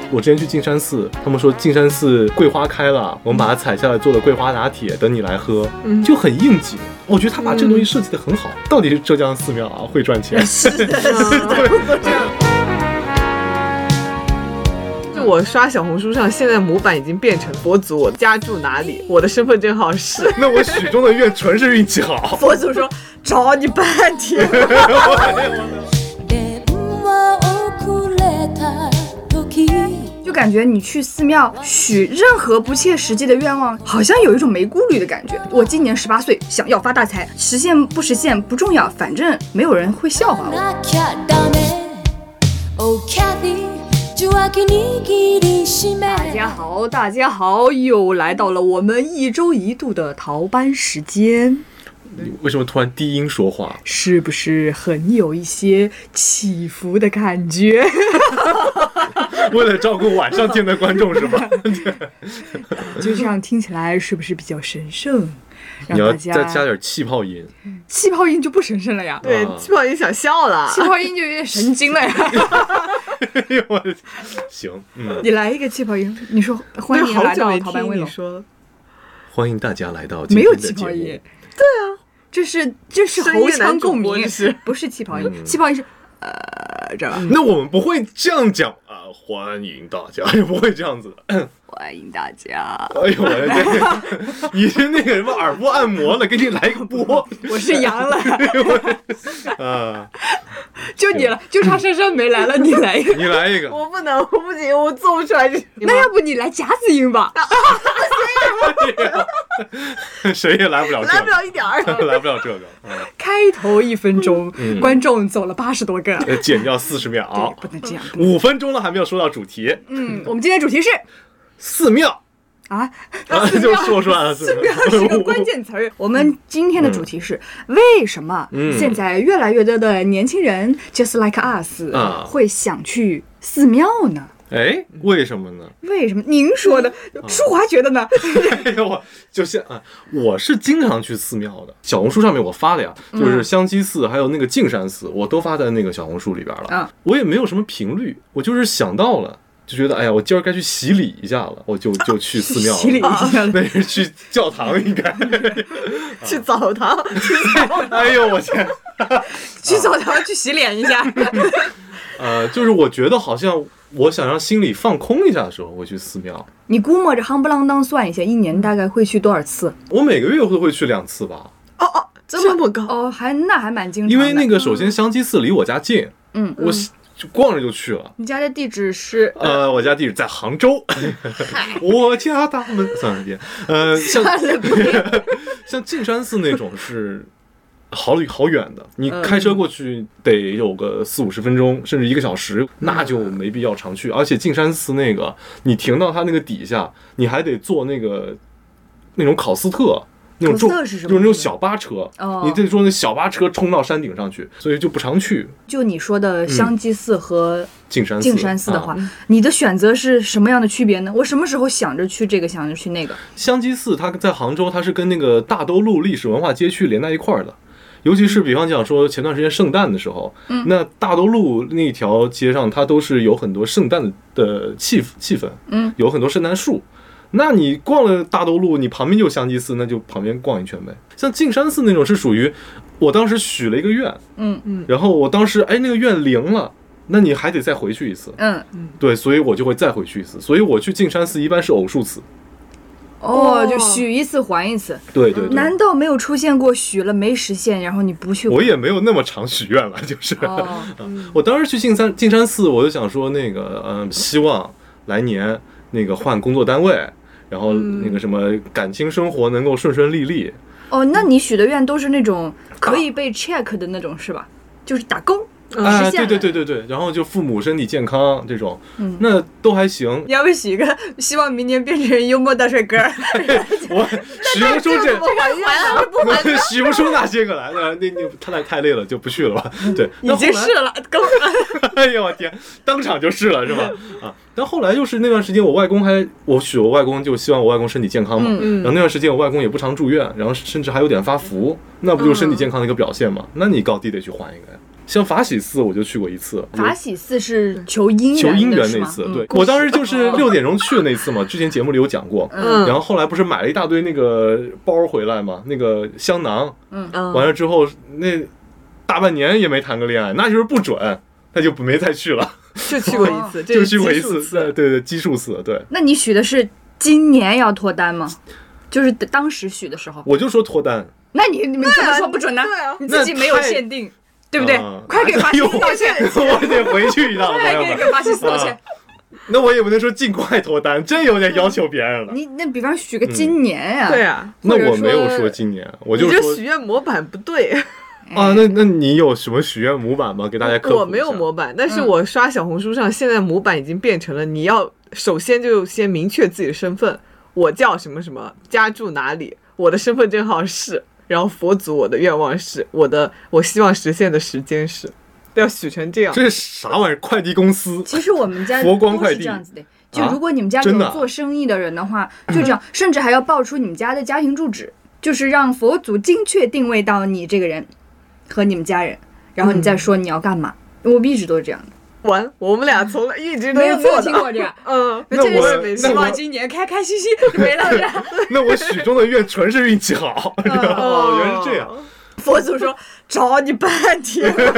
我之前去径山寺，他们说径山寺桂花开了，我们把它采下来做了桂花拿铁，等你来喝，就很应景。我觉得他把这个东西设计得很好。到底是浙江寺庙啊会赚钱？ 是的，这样。就我刷小红书上，现在模板已经变成佛祖我家住哪里，我的身份证号是。 那我许中的愿纯是运气好。 佛祖说找你半天。 就感觉你去寺庙许任何不切实际的愿望，好像有一种没顾虑的感觉。我今年18岁，想要发大财，实现不实现不重要，反正没有人会笑话我。大家好，又来到了我们1周1度的逃班时间。 你为什么突然低音说话？ 是不是很有一些起伏的感觉？ 为了照顾晚上听的观众是吧？ 就这样听起来是不是比较神圣？ 你要再加点气泡音， 气泡音就不神圣了呀。 对，气泡音想笑了， 气泡音就有点神经了呀。 行， 你来一个气泡音，你说欢迎来到逃班威龙。 欢迎大家来到没有气泡音。对啊，这是喉腔共鸣，不是气泡音。气泡音是这样。 那我们不会这样讲啊，欢迎大家，也不会这样子的。 欢迎大家。 哎呦我的天！你是那个什么耳部按摩了？给你来个波。 我是阳了。 啊， 就你了，就差珊珊没来了，你来一个。 你来一个。 我不能，我不行，我做不出来。 那要不你来夹子音吧？ 谁也来不了这个， 来不了一点儿， 来不了这个。 开头1分钟，观众走了80多个， 减掉40秒， 不能这样。 5分钟了还没有说到主题。 我们今天主题是寺庙啊， 就说出来了。 寺庙是个关键词儿。我们今天的主题是为什么现在越来越多的年轻人 just like us 会想去寺庙呢？ 哎，为什么呢？ 为什么？您说的，舒华觉得呢？ 我就像我是经常去寺庙的，小红书上面我发的呀，就是香积寺还有那个径山寺，我都发在那个小红书里边了。我也没有什么频率，我就是想到了。就觉得哎呀，我今儿该去洗礼一下了，我就去寺庙了。 洗礼一下了， 那是去教堂应该。 去澡堂。 哎呦我天！ 去澡堂去洗脸一下。 就是我觉得好像我想让心里放空一下的时候，会去寺庙。 你估摸着夯不啷当算一下，一年大概会去多少次？ 我每个月会去2次吧。 这么高哦，那还蛮经常的。 因为那个首先香积寺离我家近，我就逛着就去了。 你家的地址是？ 我家地址在杭州。我家大门算了别，像径山寺那种是好远的，你开车过去得有个40-50分钟，甚至1个小时，那就没必要常去。而且径山寺那个，你停到它那个底下，你还得坐那种考斯特。那种就是那种小巴车，你得坐那小巴车冲到山顶上去，所以就不常去。 就你说的香积寺和径山寺的话，你的选择是什么样的区别呢？我什么时候想着去这个，想着去那个？ 香积寺它在杭州，它是跟那个大都路历史文化街区连在一块儿的。尤其是比方讲说前段时间圣诞的时候，那大都路那条街上它都是有很多圣诞的气氛，有很多圣诞树。那你逛了大都路，你旁边就香积寺，那就旁边逛一圈呗。像径山寺那种是属于我当时许了一个愿，然后我当时那个愿灵了，那你还得再回去一次，对，所以我就会再回去一次。所以我去径山寺一般是偶数次。 就许一次还一次。 对。 难道没有出现过许了没实现，然后你不去？ 我也没有那么常许愿了，就是。我当时去径山寺，我就想说那个希望来年那个换工作单位。然后那个什么感情生活能够顺利利。 那你许的愿都是那种可以被 check 的那种是吧？就是打勾。 对，然后就父母身体健康这种，那都还行。 你要不许一个希望明年变成幽默大帅哥？ 我许不出这，我许不出那些个来了，那太累了，就不去了吧。对， 已经试了，够了。 哎呦我天，当场就试了是吧？但后来就是那段时间，我许我外公，就希望我外公身体健康嘛。然后那段时间我外公也不常住院，然后甚至还有点发福，那不就身体健康的一个表现嘛？那你高低得去换一个呀。 像法喜寺我就去过一次， 法喜寺是求姻求姻缘的是吗？ 缘那次，对我当时就是6点钟去的那次嘛，之前节目里有讲过。然后后来不是买了一大堆那个包回来嘛，那个香囊，完了之后那大半年也没谈个恋爱，那就是不准，那就没再去了。 就去过一次， 就去过一次， 次。 对，奇数次，对。 那你许的是今年要脱单吗？就是当时许的时候。 我就说脱单。 那你们怎么说不准呢？ 对啊， 你自己没有限定，对不对？快给法喜寺道歉！ 我得回去一趟， 快给法喜寺道歉！ 那我也不能说尽快脱单，真有点要求别人了。 你那比方许个今年呀？ 对啊， 那我没有说今年，我就说许愿模板不对啊。那你有什么许愿模板吗？给大家科普一下。 我没有模板，但是我刷小红书上，现在模板已经变成了你要首先就先明确自己的身份，我叫什么什么，家住哪里，我的身份证号是。然后佛祖，我的愿望是，我希望实现的时间是，都要许成这样。 这是啥玩意儿？快递公司？ 其实我们家佛光快递都是这样子的。就如果你们家有做生意的人的话，就这样，甚至还要报出你们家的家庭住址，就是让佛祖精确定位到你这个人和你们家人，然后你再说你要干嘛。我们一直都是这样的。 我们俩从来一直没有做听过这样。 那我希望今年开开心心，没了这样。 那我许中的愿纯是运气好。哦，原来是这样。 佛祖说找你半天，找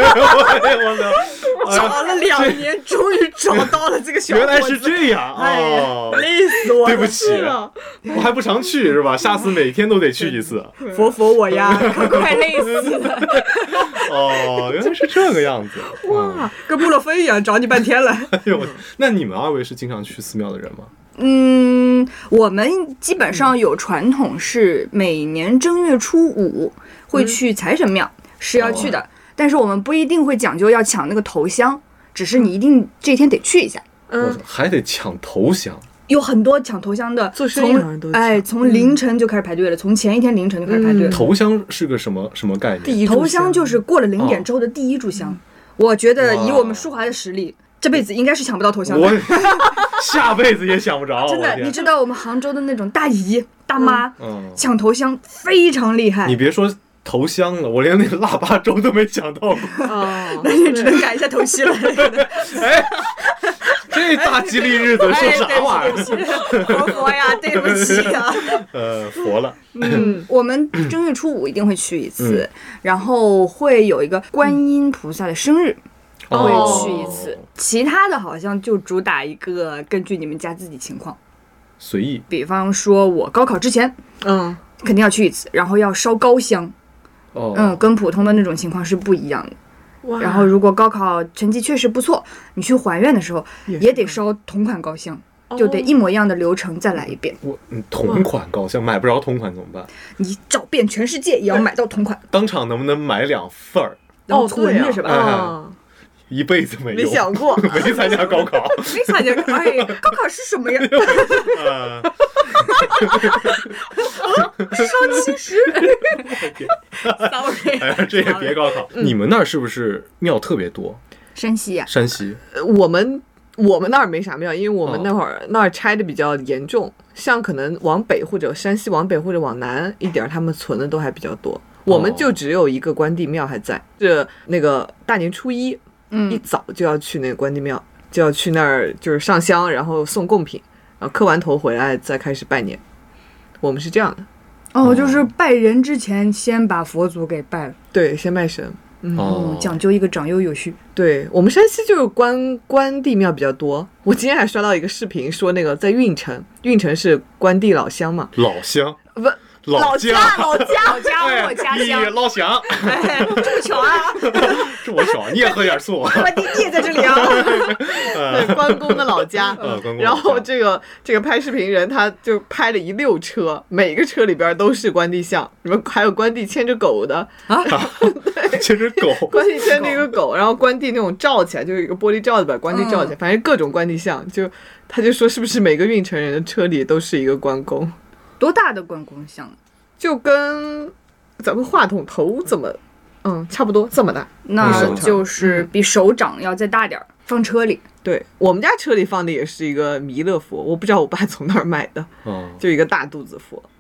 了2年，终于找到了这个小伙子。 原来是这样哦， 累死我了！ 对不起，我还不常去是吧？下次每天都得去一次。 佛我呀，快累死了！ 哦，原来是这个样子。 哇，跟穆洛菲一样，找你半天了。 哎呦，那你们2位是经常去寺庙的人吗？ 我们基本上有传统是每年正月初5会去财神庙，是要去的。但是我们不一定会讲究要抢那个头香，只是你一定这天得去一下。 还得抢头香。 有很多抢头香的， 做生意的人都从凌晨就开始排队了，从前一天凌晨就开始排队了。 头香是个什么概念？ 头香就是过了0点之后的第一炷香。我觉得以我们舒华的实力，这辈子应该是抢不到头香的。 我下辈子也想不着。 真的，你知道我们杭州的那种大姨大妈抢头香非常厉害。 你别说头香了，我连那个腊八粥都没抢到过。 那你只能改一下头七了。 哎，这大吉利日子说啥玩意儿？佛呀，对不起啊。 佛了。 我们正月初5一定会去一次，然后会有一个观音菩萨的生日。会去一次，其他的好像就主打一个根据你们家自己情况随意。 比方说我高考之前，肯定要去一次，然后要烧高香，跟普通的那种情况是不一样的。然后如果高考成绩确实不错，你去还愿的时候也得烧同款高香，就得一模一样的流程再来一遍。 同款高香买不着同款怎么办？ 你找遍全世界也要买到同款。 当场能不能买2份儿？ 存着是吧？ 一辈子没想过， 没参加高考， 没参加。哎，高考是什么呀？烧70。Sorry， 哎，这也别高考。你们那儿是不是庙特别多？ 山西呀， 山西。 我们那儿没啥庙，因为我们那儿拆的比较严重，像可能往北或者山西往北或者往南一点，他们存的都还比较多。我们就只有一个关帝庙还在，是那个大年初一。一早就要去那个关帝庙，就要去那儿就是上香，然后送贡品，然后磕完头回来再开始拜年。我们是这样的。 就是拜人之前先把佛祖给拜了。 对，先拜神。 讲究一个长幼有序。 对，我们山西就是关帝庙比较多。我今天还刷到一个视频，说那个在运城是关帝老乡嘛。 老乡不。 老家，我家乡， 老乡， 这么巧啊！ 这么巧，你也喝点醋。 关帝也在这里啊。 对，关公的老家。然后这个拍视频人他就拍了一溜车，每个车里边都是关帝像，什么还有关帝牵着狗的啊， 对， 牵着狗， 关帝牵着一个狗，然后关帝那种罩起来，就是一个玻璃罩子把关帝罩起来，反正各种关帝像，他就说是不是每个运城人的车里都是一个关公。 多大的关公像？ 就跟咱们话筒头这么，差不多这么大。 那就是比手掌要再大点，放车里。 对，我们家车里放的也是一个弥勒佛，我不知道我爸从哪儿买的，就一个大肚子佛。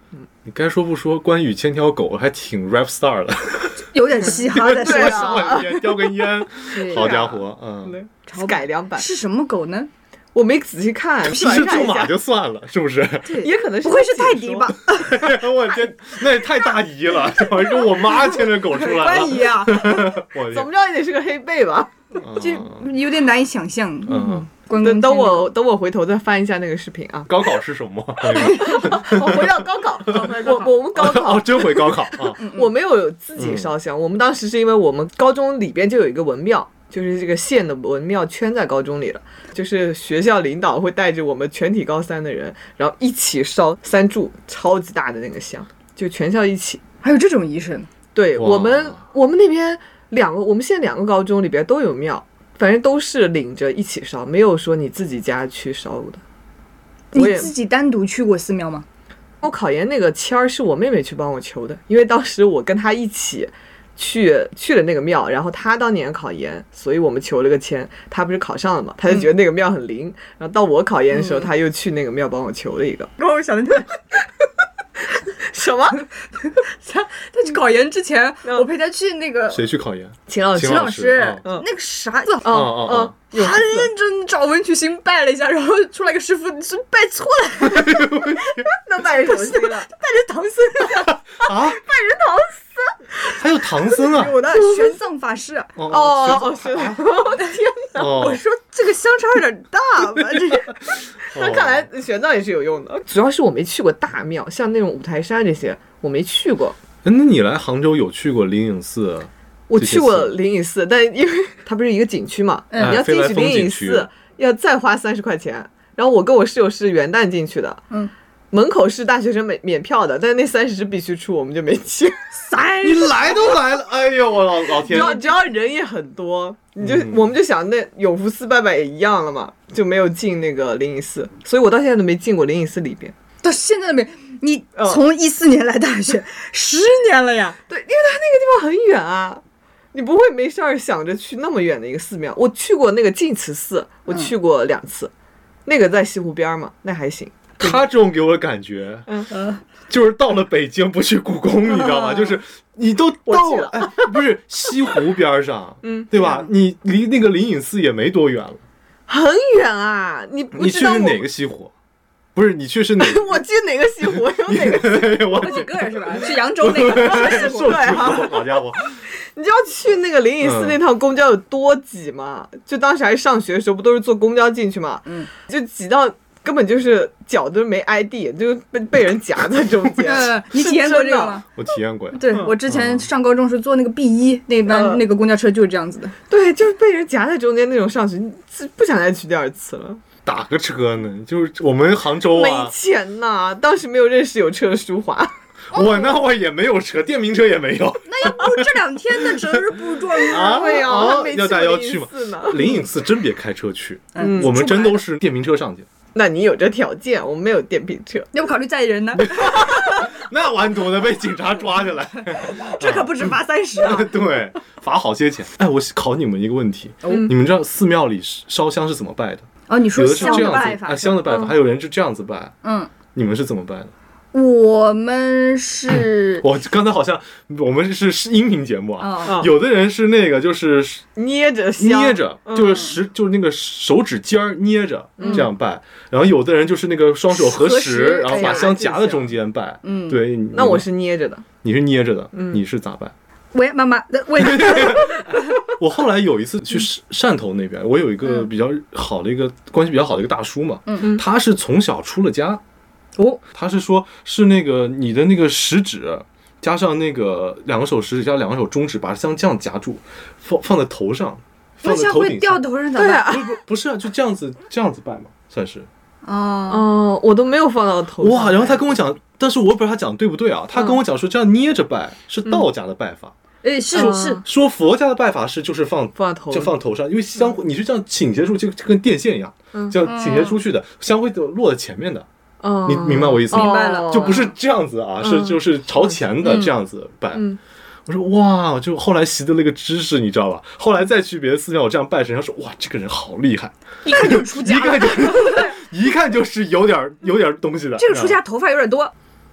你该说不说，关羽牵条狗还挺 rap star 的， 有点嘻哈在说对啥？ 啊，叼根烟， 对好家伙， 改良版是什么狗呢？ 我没仔细看， 是驻马转看一下， 就算了，是不是？ 也可能是不会是泰迪吧？ 我天，那也太大姨了，我跟我妈牵着狗出来了， 关于啊， 我怎么着也得是个黑背吧？ 这有点难以想象。关公等牵着狗等我回头再翻一下那个视频啊。 高考是什么？ 我回到高考，我们高考哦，真回高考啊！ 我没有自己烧香，我们当时是因为我们高中里边就有一个文庙，就是这个县的文庙圈在高中里了，就是学校领导会带着我们全体高三的人，然后一起烧3柱超级大的那个香，就全校一起。 还有这种仪式， 对， 哇我们那边我们现在2个高中里边都有庙，反正都是领着一起烧，没有说你自己家去烧的。 你自己单独去过寺庙吗？ 我考研那个签儿是我妹妹去帮我求的，因为当时我跟她一起去了那个庙，然后她当年考研，所以我们求了个签。她不是考上了嘛，她就觉得那个庙很灵，然后到我考研的时候，她又去那个庙帮我求了一个。 然后我想的什么？ 他去考研之前，我陪他去那个谁去考研？ 秦老师， 秦老师那个啥， 有他认真找文曲星拜了一下，然后出来个师傅，你是拜错了， 那拜人什么星了？ 拜人唐僧啊， 拜人唐僧， 还有唐僧啊！ 有的玄奘法师。 是的， 我的天哪！我说这个相差有点大吧？这个， 那看来玄奘也是有用的。主要是我没去过大庙，像那种五台山这些我没去过。 那你来杭州有去过灵隐寺？ 我去过灵隐寺，但因为它不是一个景区嘛，你要进去灵隐寺要再花30块钱。然后我跟我室友是元旦进去的，门口是大学生免票的，但是那30必须出，我们就没去。 你来都来了，哎呦我老天！ 只要人也很多，我们就想那永福寺拜拜也一样了嘛，就没有进那个灵隐寺，所以我到现在都没进过灵隐寺里边。 到现在都没，你从14年来大学10年了呀？ 对，因为它那个地方很远啊。你不会没事儿想着去那么远的一个寺庙。我去过那个净慈寺，我去过2次，那个在西湖边嘛，那还行。 他这种给我的感觉，就是到了北京不去故宫，你知道吗？就是你都到了，哎，不是西湖边上，对吧？你离那个灵隐寺也没多远了， 很远啊！你去是哪个西湖？不是你去是哪个？ 我去哪个西湖？有哪个？ 我几个人是吧？去扬州那个西湖， 对啊， 好家伙！ 你知道去那个灵隐寺那趟公交有多挤吗？就当时还上学的时候，不都是坐公交进去嘛？就挤到根本就是脚都没挨地，就被人夹在中间。 你体验过这个吗？ 我体验过。 对，我之前上高中时坐那个 B1那班那个公交车就是这样子的。 对，就是被人夹在中间那种上去，不想再去第2次了。 打个车呢，就是我们杭州啊， 没钱呐，当时没有认识有车的舒华。 我也没有车，电瓶车也没有。 那要不这2天的整日不撞啊？ 对呀， 要大家要去嘛？灵隐寺真别开车去，我们真都是电瓶车上去。 那你有这条件，我们没有电瓶车。 要不考虑载人呢？ 那完犊子被警察抓起来， 这可不止罚30啊！ 对，罚好些钱。哎，我考你们一个问题，你们知道寺庙里烧香是怎么拜的？ 哦，你说香的拜法， 香的拜法，还有人是这样子拜。你们是怎么拜的？ 我们是， 我刚才好像我们是音频节目啊，有的人是那个就是捏着， 就是那个手指尖儿捏着这样拜，然后有的人就是那个双手合十，然后把香夹在中间拜。对， 那我是捏着的， 你是捏着的，你是咋拜？ 喂，妈妈，喂。 我后来有一次去汕头那边，我有一个比较好的关系比较好的一个大叔嘛，他是从小出了家。他是说是那个你的那个食指加上那个2个手食指加2个手中指，把香这样夹住，放在头上，放在头顶上。 会掉头上的。对啊， 不是啊，就这样子拜嘛，算是。 我都没有放到头上。 哇，然后他跟我讲，但是我不知道他讲对不对啊？他跟我讲说这样捏着拜是道家的拜法。 是说佛家的拜法是就是放头上，因为香你是这样倾斜出去，就跟电线一样，这样倾斜出去的香会落在前面的。你明白我意思吗？ 明白了， 就不是这样子啊，就是朝前的这样子拜。我说哇，就后来习得了一个知识，你知道吧？后来再去别的寺庙，我这样拜神，他说哇，这个人好厉害， 一看就出家， 一看就是有点东西的。 这个出家头发有点多。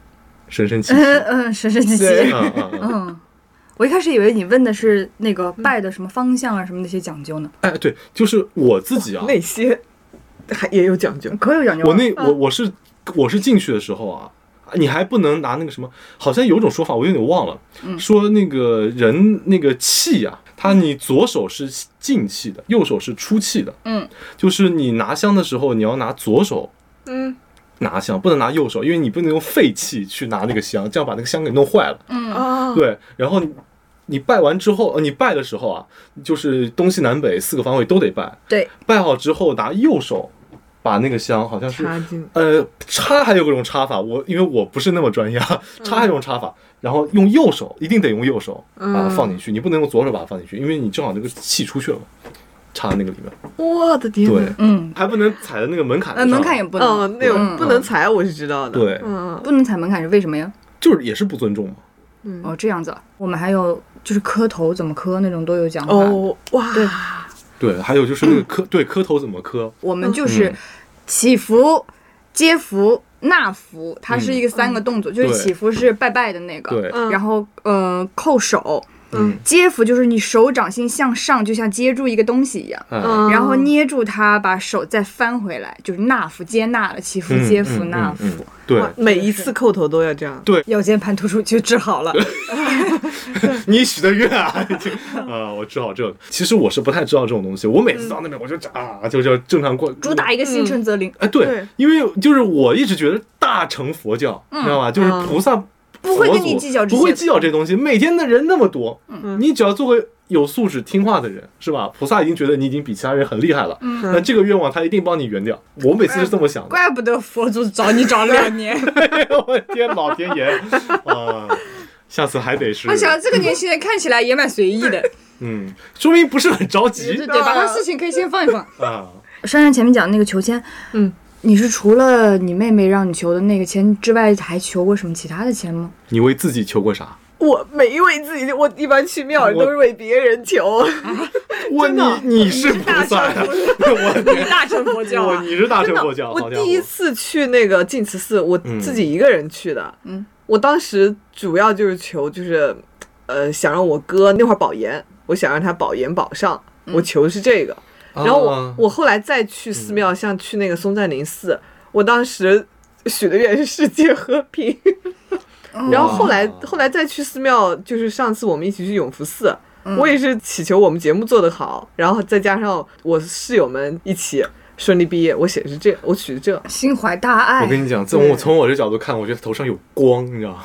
神神奇奇。 神神奇奇。 对我一开始以为你问的是那个拜的什么方向啊，什么那些讲究呢。 哎，对，就是我自己啊， 那些还也有讲究。 可有讲究啊。 我是进去的时候啊，你还不能拿那个什么，好像有种说法我有点忘了，说那个人那个气啊，你左手是进气的，右手是出气的。就是你拿香的时候，你要拿左手。拿香不能拿右手，因为你不能用废气去拿那个香，这样把那个香给弄坏了。对，然后你拜完之后，你拜的时候啊，就是东西南北4个方位都得拜。 对， 拜好之后拿右手把那个香好像是插进插还有各种插法，因为我不是那么专业，插还有种插法，然后用右手一定得用右手把它放进去，你不能用左手把它放进去，因为你正好那个气出去了嘛。插在那个里面， 我的天对，还不能踩在那个门槛上， 门槛也不能， 那种不能踩，我是知道的， 对， 不能踩门槛是为什么呀？ 就是也是不尊重嘛。 这样子，我们还有就是磕头怎么磕那种都有讲法。 哇， 对，还有就是那个磕头怎么磕， 我们就是祈福、接福、纳福，它是一个3个动作，就是祈福是拜拜的那个， 对， 然后叩首。接福就是你手掌心向上，就像接住一个东西一样，然后捏住它，把手再翻回来，就是纳福，接纳了，祈福、接福、纳福。 对， 每一次叩头都要这样。 对， 腰间盘突出就治好了。 你许的愿啊，我治好这个。其实我是不太知道这种东西，我每次到那边我就就正常过， 主打一个心诚则灵。 哎，对，因为就是我一直觉得大乘佛教，你知道吧？就是菩萨。 不会跟你计较这些， 不会计较这东西。每天的人那么多，你只要做个有素质、听话的人，是吧？菩萨已经觉得你已经比其他人很厉害了，那这个愿望他一定帮你圆掉。我每次是这么想的。 怪不得佛祖找你找2年。 我天，老天爷啊！下次还得是。 我想这个年轻人看起来也蛮随意的， 说明不是很着急。 对，把他事情可以先放一放啊。 珊珊前面讲那个求签，你是除了你妹妹让你求的那个签之外，还求过什么其他的签吗？ 你为自己求过啥？ 我没为自己，我一般去庙里都是为别人求。 你是菩萨呀？ 你大乘佛教啊？ 你是大乘佛教。 我第一次去那个净慈寺，我自己一个人去的。我当时主要就是求，就是想让我哥那会儿保研，我想让他保研保上，我求的是这个。然后我后来再去寺庙，像去那个松赞林寺，我当时许的愿是世界和平。然后后来再去寺庙，就是上次我们一起去永福寺，我也是祈求我们节目做得好，然后再加上我室友们一起顺利毕业，我写的是这，我取的这， 心怀大爱。 我跟你讲，从我这角度看，我觉得头上有光，你知道吗？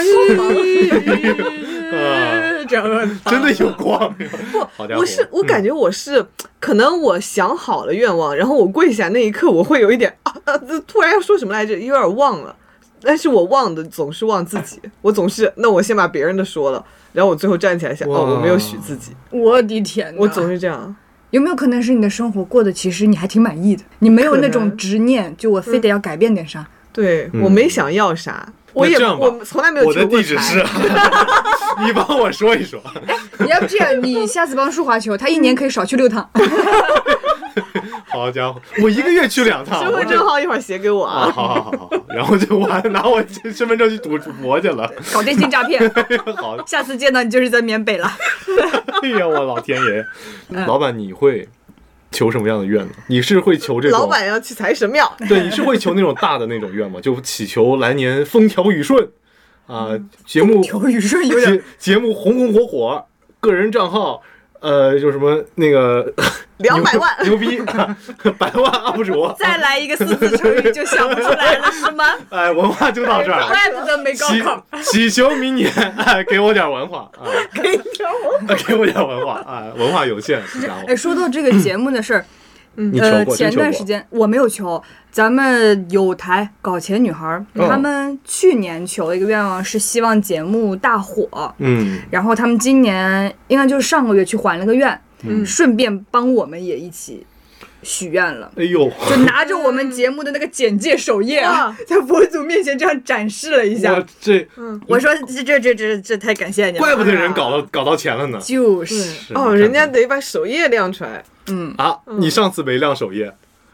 真的有光。 我感觉我是可能我想好了愿望，然后我跪下那一刻，我会有一点突然要说什么来着，有点忘了。但是我忘的总是忘自己，我总是那我先把别人的说了，然后我最后站起来想，我没有许自己。 我的天哪， 我总是这样。 有没有可能是你的生活过得其实你还挺满意的，你没有那种执念，就我非得要改变点啥？ 对，我没想要啥。我从来没有求过财。 我的地址是，你帮我说一说。 你要不这样，你下次帮淑华求，他1年可以少去6趟。 好家伙，我1个月去2趟。 身份证号一会儿写给我啊。 好，然后我还拿我身份证去赌博去了， 搞电信诈骗。 好， 下次见到你就是在缅北了。 哎呀，我老天爷！老板，你会求什么样的愿呢？你是会求这种？ 老板要去财神庙。 对，你是会求那种大的那种愿吗？就祈求来年风调雨顺啊，节目风调雨顺有点节目红红火火，个人账号就什么那个 200万牛逼100万UP主， 再来一个4字成语就想不出来了是吗？ 哎，文化就到这儿， 怪不得没高考。 祈求明年给我点文化啊，给我点文化啊，文化有限，家伙。 哎，说到这个节目的事儿。前段时间我没有求，咱们有台搞钱女孩，他们去年求了一个愿望，是希望节目大火。然后他们今年应该就是上个月去还了个愿，顺便帮我们也一起许愿了。 哎呦， 就拿着我们节目的那个简介首页啊，在佛祖面前这样展示了一下。我说这太感谢你了， 怪不得人搞到钱了呢。 就是人家得把首页亮出来。 你上次没亮首页。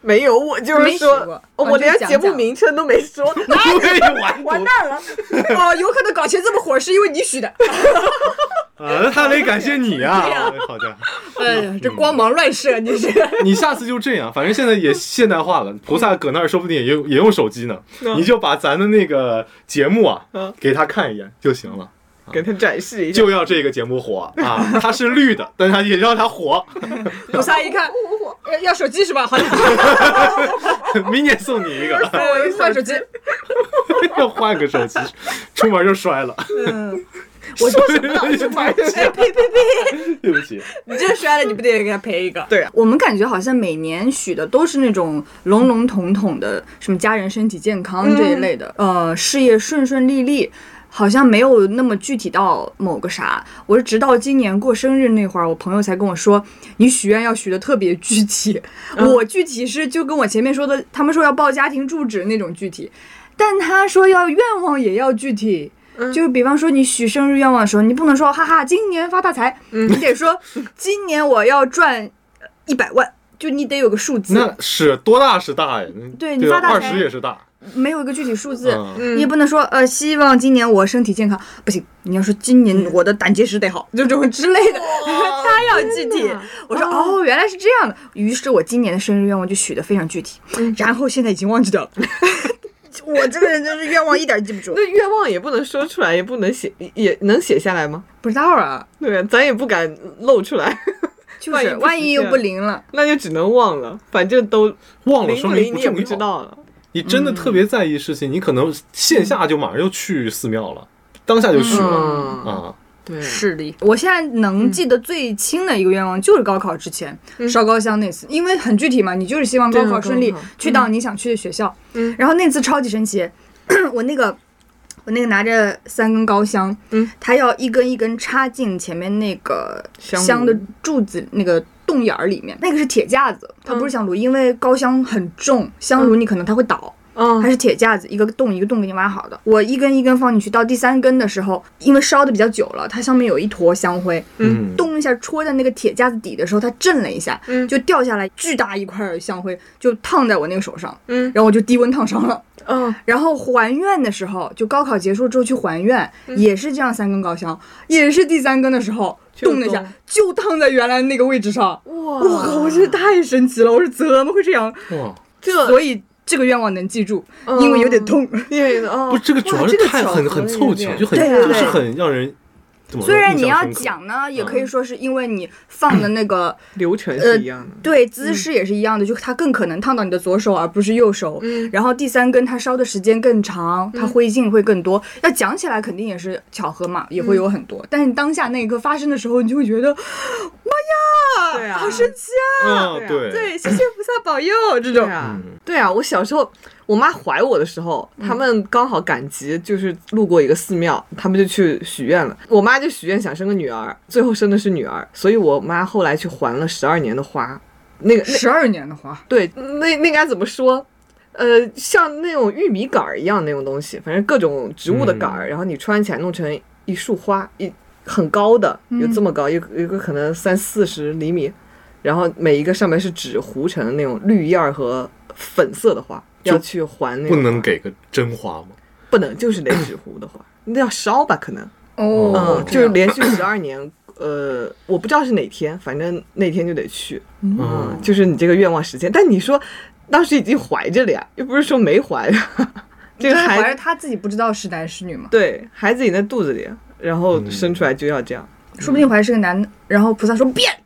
没有，我就是没说许过， 我连就讲讲节目名称都没说， 完蛋了。哦，有可能搞钱这么火是因为你许的。 那他得感谢你啊！好家伙， 哎呀，这光芒乱射，你是。 你下次就这样，反正现在也现代化了，菩萨搁那儿说不定也用手机呢，你就把咱的那个节目啊给他看一眼就行了。 给他展示一下， 就要这个节目火啊！它是绿的，但它也让它火。 菩萨一看，要手机是吧？好的， 明年送你一个， 换手机。 要换个手机，出门就摔了。 我说什么呢？ 呸！ 对不起， 你这摔了，你不得给他赔一个？ 对啊， 我们感觉好像每年许的都是那种笼笼统统的，什么家人身体健康这一类的，事业顺顺利利。好像没有那么具体到某个啥，我是直到今年过生日那会儿，我朋友才跟我说，你许愿要许的特别具体。我具体是就跟我前面说的，他们说要报家庭住址那种具体，但他说要愿望也要具体。就比方说你许生日愿望的时候，你不能说哈哈今年发大财，你得说今年我要赚100万，就你得有个数字。 那是多大是大呀？ 对你发大财 20也是大。 没有一个具体数字，你也不能说希望今年我身体健康，不行，你要说今年我的胆结石得好，这种之类的，他要具体。我说哦，原来是这样的。于是我今年的生日愿望就许得非常具体，然后现在已经忘记掉了。我这个人真是愿望一点记不住。 那愿望也不能说出来，也不能写，也能写下来吗？ 不知道啊， 对，咱也不敢露出来。 就是万一又不灵了， 那就只能忘了，反正都忘了， 灵不灵你也不知道了。 你真的特别在意事情，你可能线下就马上就去寺庙了，当下就去了啊。 对， 是的。我现在能记得最清的一个愿望就是高考之前烧高香那次，因为很具体嘛，你就是希望高考顺利，去到你想去的学校。然后那次超级神奇，我那个拿着3根高香，它要一根一根插进前面那个香的柱子那个洞眼儿里面，那个是铁架子，它不是香炉，因为高香很重，香炉你可能它会倒。它是铁架子，一个洞一个洞给你挖好的。我一根一根放进去，到第3根的时候，因为烧的比较久了，它上面有一坨香灰，动一下戳在那个铁架子底的时候，它震了一下，就掉下来巨大一块香灰，就烫在我那个手上，然后我就低温烫伤了。然后还愿的时候，就高考结束之后去还愿，也是这样3根高香，也是第3根的时候动了一下，就烫在原来那个位置上。我靠，我真是太神奇了！我说怎么会这样？所以这个愿望能记住，因为有点痛。 不，这个主要是很凑巧，就就是很让人。 虽然你要讲呢，也可以说是因为你放的那个流程是一样的， 对，姿势也是一样的，就它更可能烫到你的左手而不是右手。然后第3根它烧的时间更长，它灰烬会更多。要讲起来肯定也是巧合嘛，也会有很多。但是你当下那一刻发生的时候，你就会觉得，妈呀， 对啊， 好神奇啊！对，谢谢菩萨保佑这种。 对啊，我小时候我妈怀我的时候，他们刚好赶集，就是路过一个寺庙，他们就去许愿了。我妈就许愿想生个女儿，最后生的是女儿，所以我妈后来去还了12年的花。那个 12年的花， 对，那该怎么说？像那种玉米杆儿一样那种东西，反正各种植物的杆儿，然后你穿起来弄成一束花，很高的，有这么高，一个可能30-40厘米，然后每一个上面是纸糊成的那种绿叶和粉色的花。要去还那个， 不能给个真花吗？ 不能，就是得纸糊的花，那要烧吧？可能就是连续12年，我不知道是哪天，反正那天就得去，就是你这个愿望实现。但你说当时已经怀着了呀，又不是说没怀着，这个孩子怀着他自己不知道是男是女嘛？ 对，孩子已经在肚子里，然后生出来就要这样， 说不定怀是个男的，然后菩萨说变。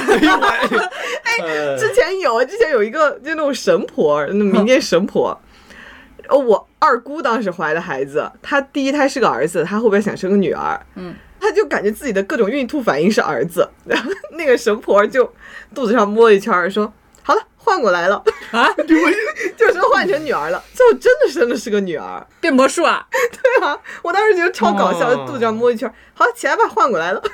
之前有一个就那种神婆，那民间神婆，我二姑当时怀的孩子，她第一胎是个儿子，她后边想生个女儿，她就感觉自己的各种孕吐反应是儿子，然后那个神婆就肚子上摸一圈说好了换过来了啊，就说换成女儿了，最后真的生的是个女儿， 变魔术啊？ 对啊，我当时觉得超搞笑，肚子上摸一圈，好起来吧，换过来了。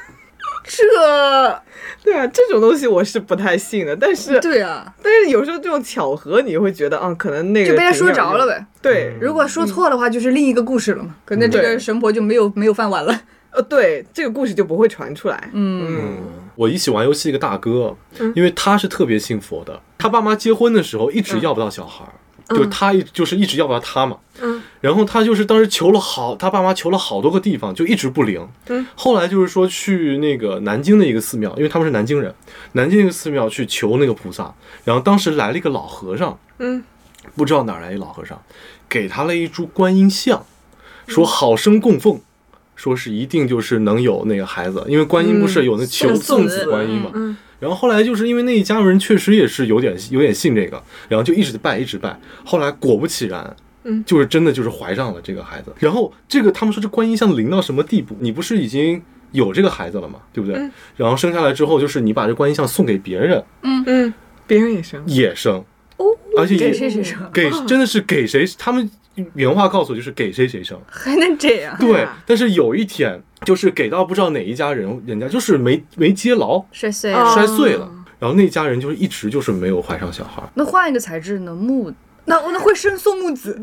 对啊，这种东西我是不太信的，但是对啊， 但是有时候这种巧合你会觉得可能那个就被他说着了呗。 对， 如果说错的话就是另一个故事了嘛，可能这个神婆就没有饭碗了。 对，这个故事就不会传出来。 我一起玩游戏一个大哥，因为他是特别信佛的， 他爸妈结婚的时候一直要不到小孩，就是他就是一直要不到他嘛。然后他就是当时他爸妈求了好多个地方，就一直不灵。后来就是说去那个南京的一个寺庙，因为他们是南京人，南京一个寺庙去求那个菩萨。然后当时来了一个老和尚，不知道哪来一老和尚，给他了一株观音像，说好生供奉，说是一定就是能有那个孩子，因为观音不是有那求送子观音嘛。然后后来就是因为那一家人确实也是有点信这个，然后就一直拜。后来果不其然，就是真的就是怀上了这个孩子。然后这个他们说这观音像灵到什么地步？你不是已经有这个孩子了嘛，对不对？然后生下来之后，就是你把这观音像送给别人， 别人也生而且给谁生， 真的是给谁，他们原话告诉我就是给谁生， 还能这样？ 对，但是有一天就是给到不知道哪一家人家就是没接牢， 摔碎了，然后那家人就是一直就是没有怀上小孩。 那换一个材质呢？木，那会生宋木子。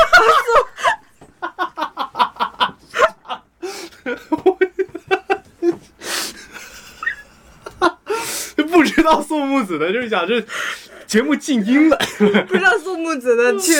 不知道宋木子的，就是讲这节目静音了， 不知道宋木子的去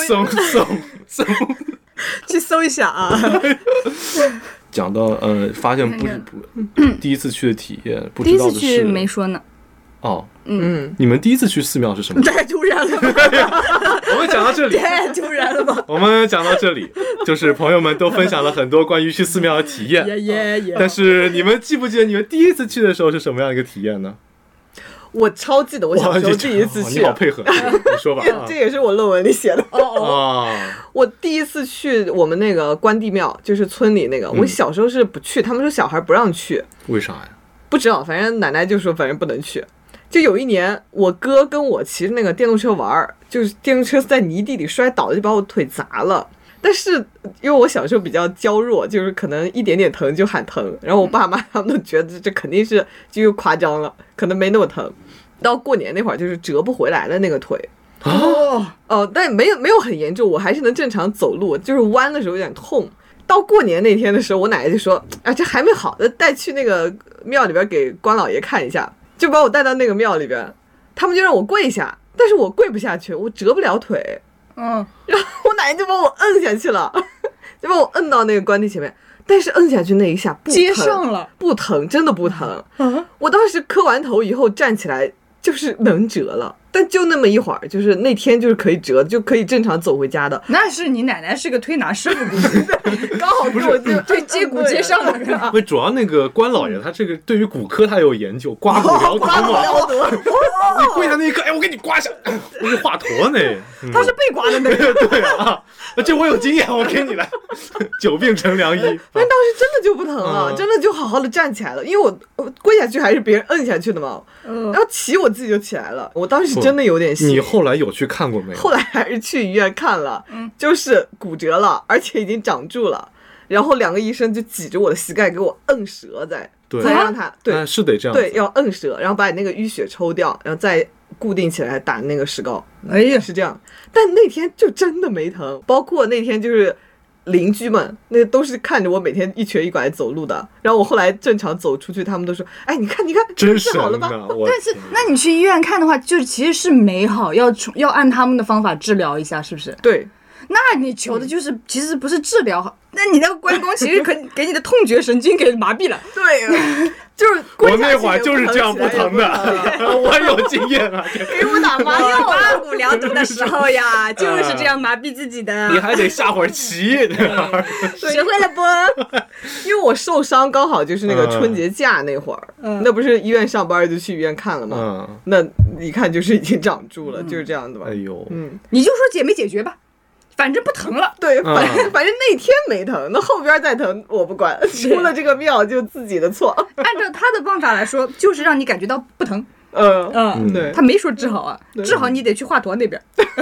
去搜一下啊。 讲到发现第一次去的体验，不知道的是第一次去没说呢。 你们第一次去寺庙是什么？ 太突然了吧！ 我们讲到这里， 太突然了吧！ 我们讲到这里，就是朋友们都分享了很多关于去寺庙的体验。但是你们记不记得你们第一次去的时候是什么样一个体验呢？ 我超记得，我小时候第一次去。 你好配合，你说吧。 这也是我论文里写的。我第一次去我们那个关帝庙，就是村里那个。我小时候是不去，他们说小孩不让去。 为啥呀？ 不知道，反正奶奶就说反正不能去。就有一年，我哥跟我骑着那个电动车玩，就是电动车在泥地里摔倒了，就把我腿砸了。但是因为我小时候比较娇弱，就是可能一点点疼就喊疼，然后我爸妈他们都觉得这肯定是就又夸张了，可能没那么疼。到过年那会儿就是折不回来了那个腿。但没有很严重，我还是能正常走路，就是弯的时候有点痛。到过年那天的时候，我奶奶就说：“啊，这还没好的，带去那个庙里边给关老爷看一下。”就把我带到那个庙里边，他们就让我跪下，但是我跪不下去，我折不了腿。然后我奶奶就把我摁下去了，就把我摁到那个关帝前面。但是摁下去那一下不疼， 接上了， 不疼，真的不疼。我当时磕完头以后站起来就是能折了。但就那么一会儿，就是那天就是可以折，就可以正常走回家的。 那是你奶奶是个推拿师傅，估计刚好跟我就对接骨接上了。 不，主要那个关老爷他这个对于骨科他有研究，刮骨疗毒嘛。你跪下那一刻，哎，我给你刮下，那是华佗呢。 他是被刮的那个。 对啊，这我有经验，我给你来，久病成良医。 但当时真的就不疼了，真的就好好的站起来了，因为我跪下去还是别人摁下去的嘛。然后起我自己就起来了，我当时真的有点心。 你后来有去看过没有？ 后来还是去医院看了，就是骨折了，而且已经长住了。然后2个医生就挤着我的膝盖给我摁折，再让他是得这样， 对，要摁折，然后把你那个淤血抽掉，然后再固定起来打那个石膏。 哎呀， 是这样。但那天就真的没疼，包括那天就是邻居们那都是看着我每天一瘸一拐走路的，然后我后来正常走出去，他们都说：“哎，你看， 真是好了吧？” 但是，那你去医院看的话，就是其实是没好，要按他们的方法治疗一下，是不是？ 对。 那你求的就是其实不是治疗好，那你那个关公其实可给你的痛觉神经给麻痹了。 对，就是我那会儿就是这样不疼的，我有经验啊。 给我打麻药， 刮骨疗毒的时候呀，就是这样麻痹自己的。 你还得下会儿棋， 学会了不？ 因为我受伤刚好就是那个春节假那会儿，那不是医院上班就去医院看了吗？那一看就是已经长住了，就是这样的吧。 哎呦， 你就说解没解决吧。反正不疼了， 对，反正那天没疼，那后边再疼我不管，出了这个庙就自己的错。 按照他的办法来说，就是让你感觉到不疼。 对， 他没说治好啊，治好你得去华佗那边。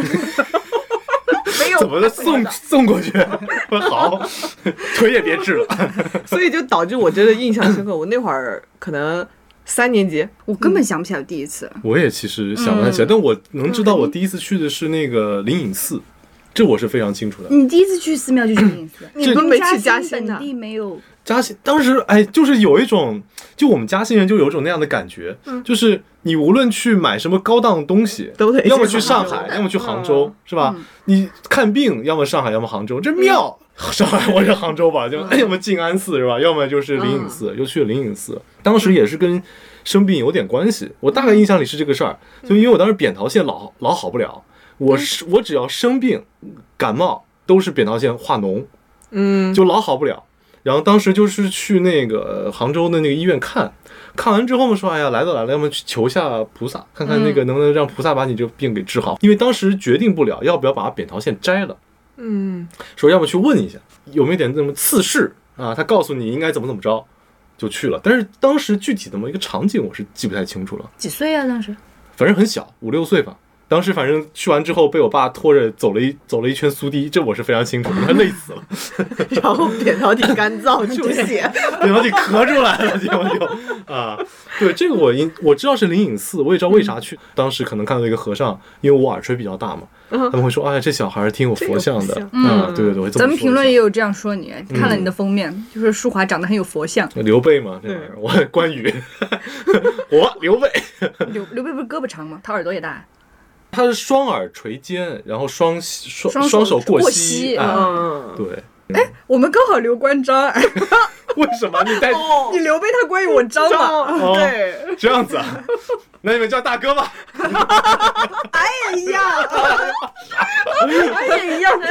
没有， 怎么的送过去？好，腿也别治了。 所以就导致我真的印象深刻。我那会儿可能3年级， 我根本想不起来第一次。 我也其实想不太起来，但我能知道我第一次去的是那个灵隐寺。 这我是非常清楚的。 你第一次去寺庙就去灵隐寺， 你们没去嘉嘉兴的本地没有？ 嘉兴当时就是有一种，就我们嘉兴人就有一种那样的感觉，就是你无论去买什么高档东西， 都得要么去上海，要么去杭州，是吧？你看病，要么上海，要么杭州。这庙，上海或者杭州吧，就要么静安寺是吧？要么就是灵隐寺，又去了灵隐寺。当时也是跟生病有点关系，我大概印象里是这个事儿，就因为我当时扁桃腺老好不了，我只要生病感冒都是扁桃腺化脓，就老好不了。然后当时就是去那个杭州的那个医院看完之后嘛，说哎呀来都来了，要么去求下菩萨，看看那个能不能让菩萨把你这个病给治好。因为当时决定不了要不要把扁桃腺摘了，说要么去问一下有没有点那么次事啊，他告诉你应该怎么着，就去了。但是当时具体的一个场景我是记不太清楚了。 几岁啊？当时反正很小，5、6岁吧。当时反正去完之后被我爸拖着走了一圈苏堤，这我是非常清楚的，他累死了。 然后扁桃体干燥出血， 扁桃体咳出来了，就啊，对，这个我知道是灵隐寺，我也知道为啥去。当时可能看到一个和尚，因为我耳垂比较大嘛，他们会说，哎呀，这小孩挺有佛像的啊，对， 咱们评论也有这样说你，看了你的封面，就是舒华长得很有佛像。 刘备嘛，这玩意儿，我关羽，我刘备。 刘备不是胳膊长吗？他耳朵也大。 他是双耳垂肩，然后双手过膝，对。 我们刚好刘关张。 为什么你带你刘备他关羽我张嘛？对， 这样子啊？那你们叫大哥吧。 哎呀，真的一样。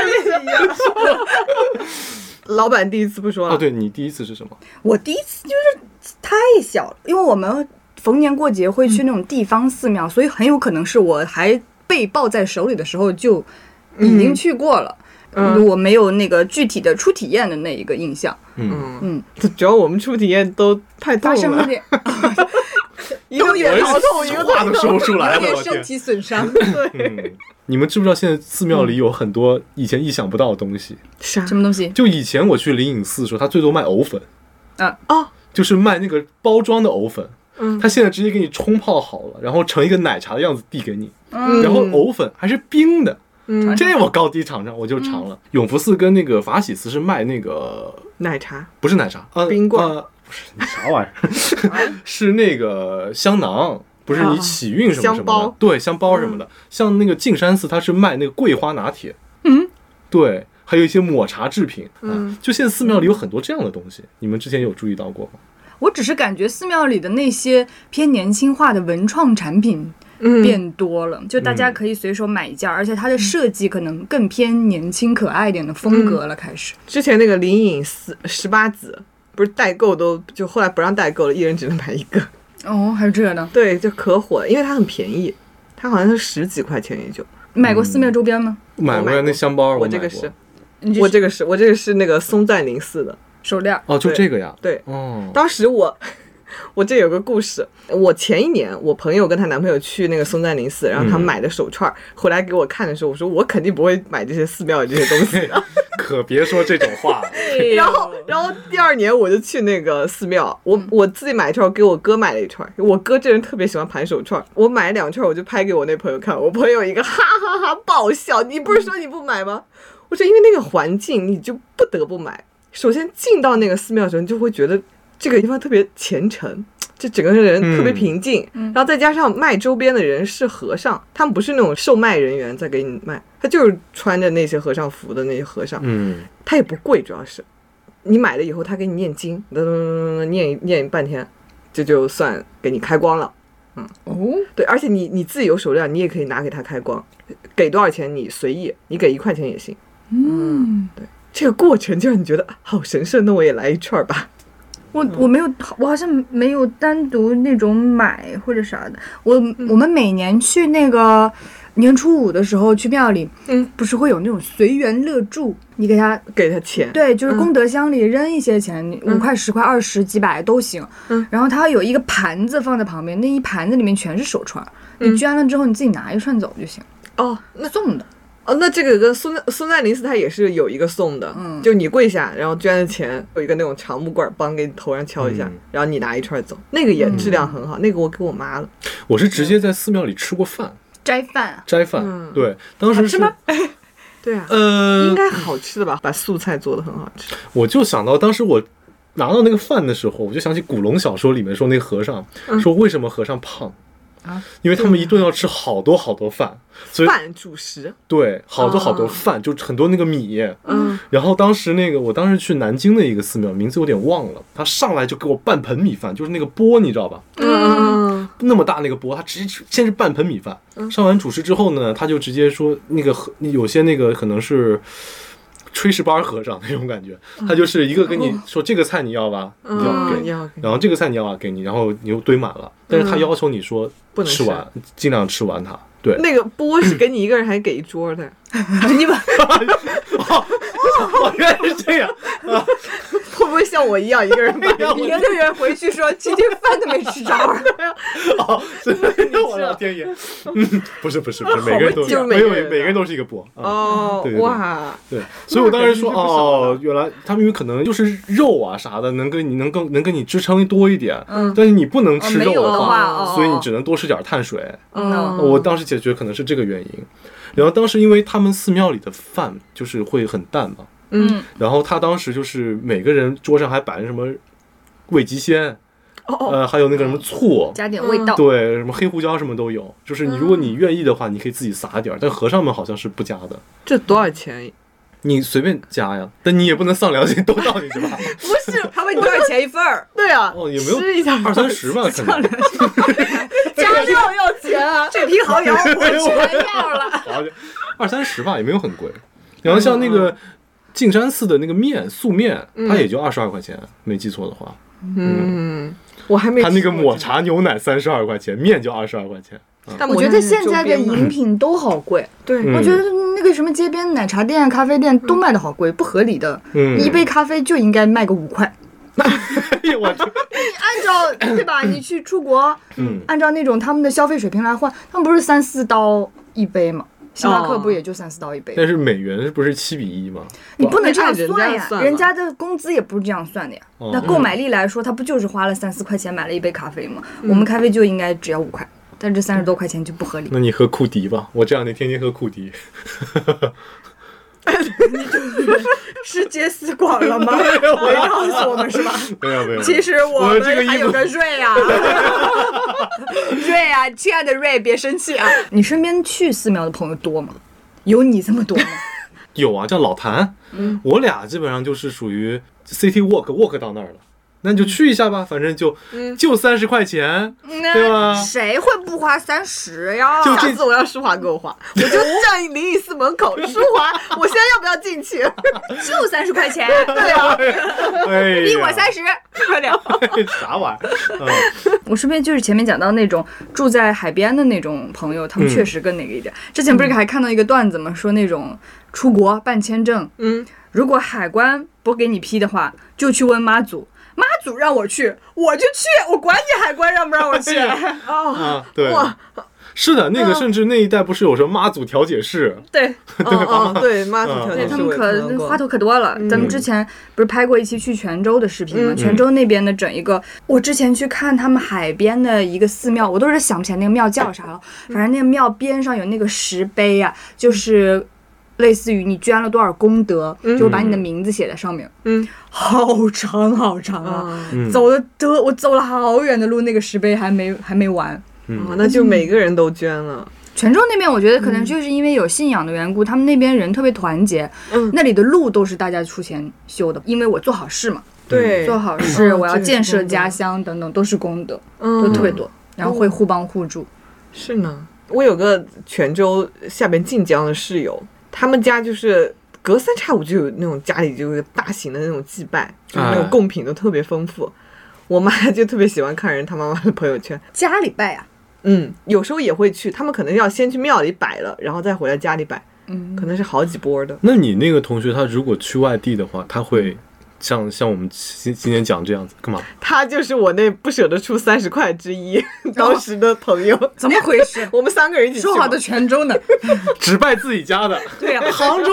老板第一次不说了。 对，你第一次是什么？ 我第一次就是太小了，因为我们逢年过节会去那种地方寺庙，所以很有可能是我还被抱在手里的时候就已经去过了。我没有那个具体的初体验的那一个印象。 主要我们初体验都太痛了， 发生了点一个脸疼痛，一个话都说不出来了， 有点身体损伤。 对， 你们知不知道现在寺庙里有很多以前意想不到的东西？ 什么东西？ 就以前我去灵隐寺的时候，他最多卖藕粉哦， 就是卖那个包装的藕粉。他现在直接给你冲泡好了，然后成一个奶茶的样子递给你，然后藕粉还是冰的。这我高低尝尝，我就尝了。永福寺跟那个法喜寺是卖那个奶茶， 不是奶茶， 冰棍， 不是啥玩意儿，是那个香囊，不是你起运什么什么的，对，香包什么的。像那个径山寺，它是卖那个桂花拿铁，对，还有一些抹茶制品，就现在寺庙里有很多这样的东西，你们之前有注意到过吗？ 我只是感觉寺庙里的那些偏年轻化的文创产品变多了，就大家可以随手买一件，而且它的设计可能更偏年轻可爱一点的风格了。开始之前那个灵隐寺18子不是代购就后来不让代购了，一人只能买一个。 哦，还是这的。 对，就可火了，因为它很便宜，它好像是10几块钱也就。 买过寺庙周边吗？ 买过那香包， 我这个是，我这个是那个松赞林寺的手链。 哦，就这个呀。 对，当时我这有个故事，我前一年我朋友跟她男朋友去那个松赞林寺，然后他们买的手串回来给我看的时候，我说我肯定不会买这些寺庙的这些东西的。 可别说这种话。 然后第2年我就去那个寺庙，我自己买一串，给我哥买了一串。我哥这人特别喜欢盘手串，我买了2串，我就拍给我那朋友看，我朋友一个哈哈哈爆笑。你不是说你不买吗？我说因为那个环境你就不得不买。首先进到那个寺庙的时候，你就会觉得这个地方特别虔诚，就整个人特别平静，然后再加上卖周边的人是和尚，他们不是那种售卖人员在给你卖，他就是穿着那些和尚服的那些和尚，他也不贵，主要是你买了以后他给你念经，念半天，这就算给你开光了。对，而且你自己有手链，你也可以拿给他开光，给多少钱你随意，你给1块钱也行。对，这个过程就让你觉得好神圣，那我也来一串吧。 我没有，我好像没有单独那种买或者啥的。我们每年去那个年初5的时候去庙里，不是会有那种随缘乐助，你给他钱， 对，就是功德箱里扔一些钱，5块、10块、20几百都行。然后它有一个盘子放在旁边，那一盘子里面全是手串，你捐了之后你自己拿一串走就行。那送的。 那这个跟松赞林寺它也是有一个送的，就你跪下，然后捐的钱有一个那种长木棍，帮给你头上敲一下，然后你拿一串走，那个也质量很好，那个我给我妈了。 我是直接在寺庙里吃过饭， 斋饭， 对，当时是吃吗？ 对啊，应该好吃的吧？把素菜做的很好吃。 我就想到当时我拿到那个饭的时候，我就想起古龙小说里面说那个和尚说为什么和尚胖因为他们一顿要吃好多好多饭，所以饭主食， 对，好多好多饭，就很多那个米。然后当时我当时去南京的一个寺庙，名字有点忘了，他上来就给我半盆米饭，就是那个钵，你知道吧？那么大那个钵，他直接先是半盆米饭，上完主食之后呢，他就直接说有些可能是炊事班和尚那种感觉，他就是一个跟你说这个菜你要吧，你要给，然后这个菜你要吧给你，然后你又堆满了，但是他要求你说不能吃完，尽量吃完它。对， 那个钵是给你一个人还给一桌的， 你们原来是这样啊！ 会不会像我一样一个人把一个人回去说今天饭都没吃着？ 哦，真的，我的天爷！不是，每个人都就是每个人都是一个钵。 哦， 对哇， 对，所以我当时说原来他们因为可能就是肉啊啥的能跟你支撑多一点，但是你不能吃肉的话，所以你只能多吃点碳水。我当时解决可能是这个原因。然后当时因为他们寺庙里的饭就是会很淡嘛，然后他当时就是每个人桌上还摆着什么味极鲜，还有那个什么醋， 加点味道， 对，什么黑胡椒什么都有。就是如果你愿意的话，你可以自己撒点，但和尚们好像是不加的。 这多少钱？ 你随便加呀，但你也不能丧良心都到你是吧？ 不是， 他问你多少钱一份儿？ 对啊， 也没有吃一下 20-30吧，可能加料要钱啊， 这批蚝油我全要了。 20-30吧，也没有很贵。然后像那个径山寺的那个素面，它也就22块钱，没记错的话。 我还没。 它那个抹茶牛奶32块钱，面就22块钱。 但我觉得现在的饮品都好贵， 对， 我觉得那个什么街边奶茶店、咖啡店都卖的好贵，不合理的。一杯咖啡就应该卖个5块。 我按照对吧？你去出国，按照那种他们的消费水平来换，他们不是3-4刀一杯吗？星巴克不也就3-4刀一杯？ 但是美元不是7:1吗？ 你不能这样算呀，人家的工资也不是这样算的呀。那购买力来说，他不就是花了3-4块钱买了一杯咖啡吗？我们咖啡就应该只要5块。但这30多块钱就不合理。 那你喝库迪吧，我这两天天天喝库迪。 是接丝广了吗？没告诉我们是吧？ 没有。 其实我们还有个瑞啊，瑞啊，亲爱的瑞，别生气啊！你身边去寺庙的朋友多吗？有你这么多吗？ 有啊，像老谭，我俩基本上就是属于 city walk 到那儿了。那你就去一下吧，反正就30块钱，对吧？ 谁会不花30呀？ 下次我要舒华给我花，我就站灵隐寺门口，舒华，我现在要不要进去？ 就30块钱， 对啊， 逼我30，快点！ 啥玩意儿？ 我身边就是前面讲到那种住在海边的那种朋友，他们确实更那个一点。之前不是还看到一个段子吗？说那种出国办签证，如果海关不给你批的话，就去问妈祖。妈祖让我去，我就去，我管你海关让不让我去。 对，是的，那个甚至那一带不是有什么妈祖调解室？ 对， 对，妈祖调解室， 他们花头可多了。咱们之前不是拍过一期去泉州的视频吗？泉州那边的整一个，我之前去看他们海边的一个寺庙，我都是想不起来那个庙叫啥了。反正那个庙边上有那个石碑啊，就是类似于你捐了多少功德，就把你的名字写在上面。好长好长啊！我走了好远的路，那个石碑还没完。 那就每个人都捐了。 泉州那边我觉得可能就是因为有信仰的缘故，他们那边人特别团结。那里的路都是大家出钱修的，因为我做好事嘛。 对， 做好事，我要建设家乡等等，都是功德，都特别多，然后会互帮互助。 是呢，我有个泉州下边晋江的室友，他们家就是隔3差5就有那种家里就有大型的那种祭拜，就是那种贡品都特别丰富。我妈就特别喜欢看人他妈妈的朋友圈， 家里拜啊， 有时候也会去，他们可能要先去庙里摆了，然后再回来家里摆，可能是好几波的。 那你那个同学他如果去外地的话，他会像我们今天讲这样子干嘛？ 他就是我那不舍得出30块之一，当时的朋友。 怎么回事？ 我们3个人一起去。 说好的泉州呢？ 只拜自己家的。 对呀， 杭州的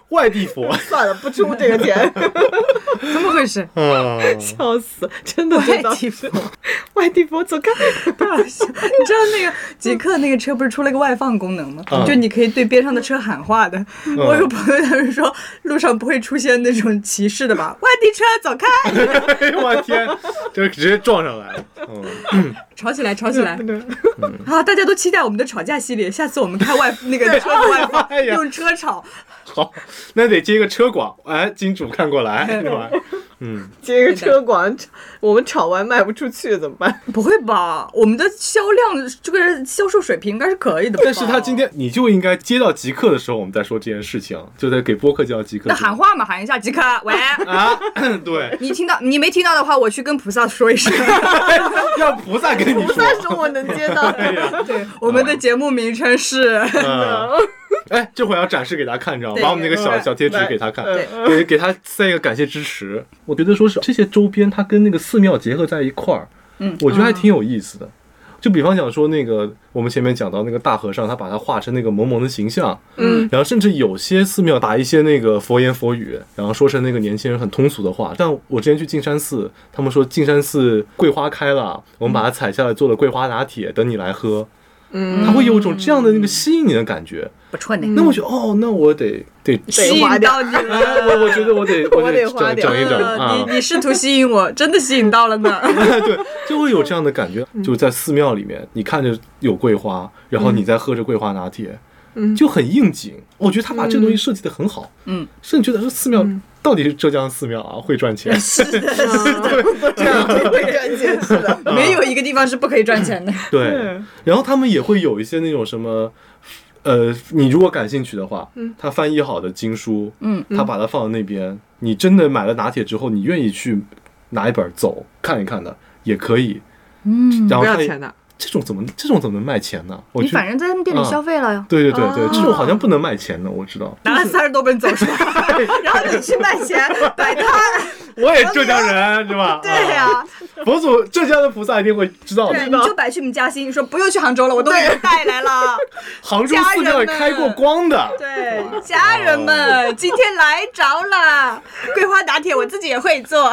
外地佛算了，不出这个钱， 怎么回事？ 啊， 笑死，真的外地佛， 外地佛走开。 太好笑！你知道那个极客那个车不是出了个外放功能吗？ 嗯就你可以对边上的车喊话的。我有个朋友他是说路上不会出现那种歧视的吧？外地车走开！ 哎呦我天，这直接撞上来了。 吵起来，吵起来！好，大家都期待我们的吵架系列，下次我们开那个车子外放， 哎呀用车吵。 好，那得接个车广，哎，金主看过来是吧？ 接个车广，我们炒完卖不出去怎么办？ 不会吧？我们的销量这个销售水平应该是可以的吧。 但是他今天你就应该接到极客的时候，我们再说这件事情，就在给播客叫极客。 那喊话嘛，喊一下极客，喂啊，对， 你没听到的话，我去跟菩萨说一声。 让菩萨跟你说。 但是我能接到。 对，我们的节目名称是。 哎，这会儿要展示给他看，你知道吗？ 对把我们那个小贴纸给他看， 对给他塞一个感谢支持。我觉得说是这些周边，它跟那个寺庙结合在一块儿，我觉得还挺有意思的。就比方讲说那个我们前面讲到那个大和尚，他把它画成那个萌萌的形象，然后甚至有些寺庙打一些那个佛言佛语，然后说成那个年轻人很通俗的话。但我之前去径山寺，他们说径山寺桂花开了，我们把它采下来做了桂花拿铁，等你来喝。它会有一种这样的那个吸引你的感觉。 不错呢。 那我觉得哦，那我得吸引到你了。 我觉得我得整一整啊！ 你试图吸引我，真的吸引到了呢。 对，就会有这样的感觉，就是在寺庙里面，你看着有桂花，然后你在喝着桂花拿铁，就很应景。我觉得他把这个东西设计得很好，甚至觉得这寺庙到底是浙江寺庙啊，会赚钱。 是的， 这样会赚钱是的。 没有一个地方是不可以赚钱的。 对，然后他们也会有一些那种什么。你如果感兴趣的话，他翻译好的经书，他把它放在那边，你真的买了拿铁之后，你愿意去拿一本走看一看的也可以，然后不要钱的。 这种怎么能卖钱呢？ 你反正在他们店里消费了呀。 对，这种好像不能卖钱的，我知道。 拿了30多本走出来，然后你去卖钱摆摊。 我也浙江人是吧？ 对呀， 佛祖浙江的菩萨一定会知道的。 对，你就摆去我们嘉兴，说不用去杭州了，我都给你带来了。 杭州寺庙也开过光的。 对，家人们，今天来着了，桂花拿铁我自己也会做。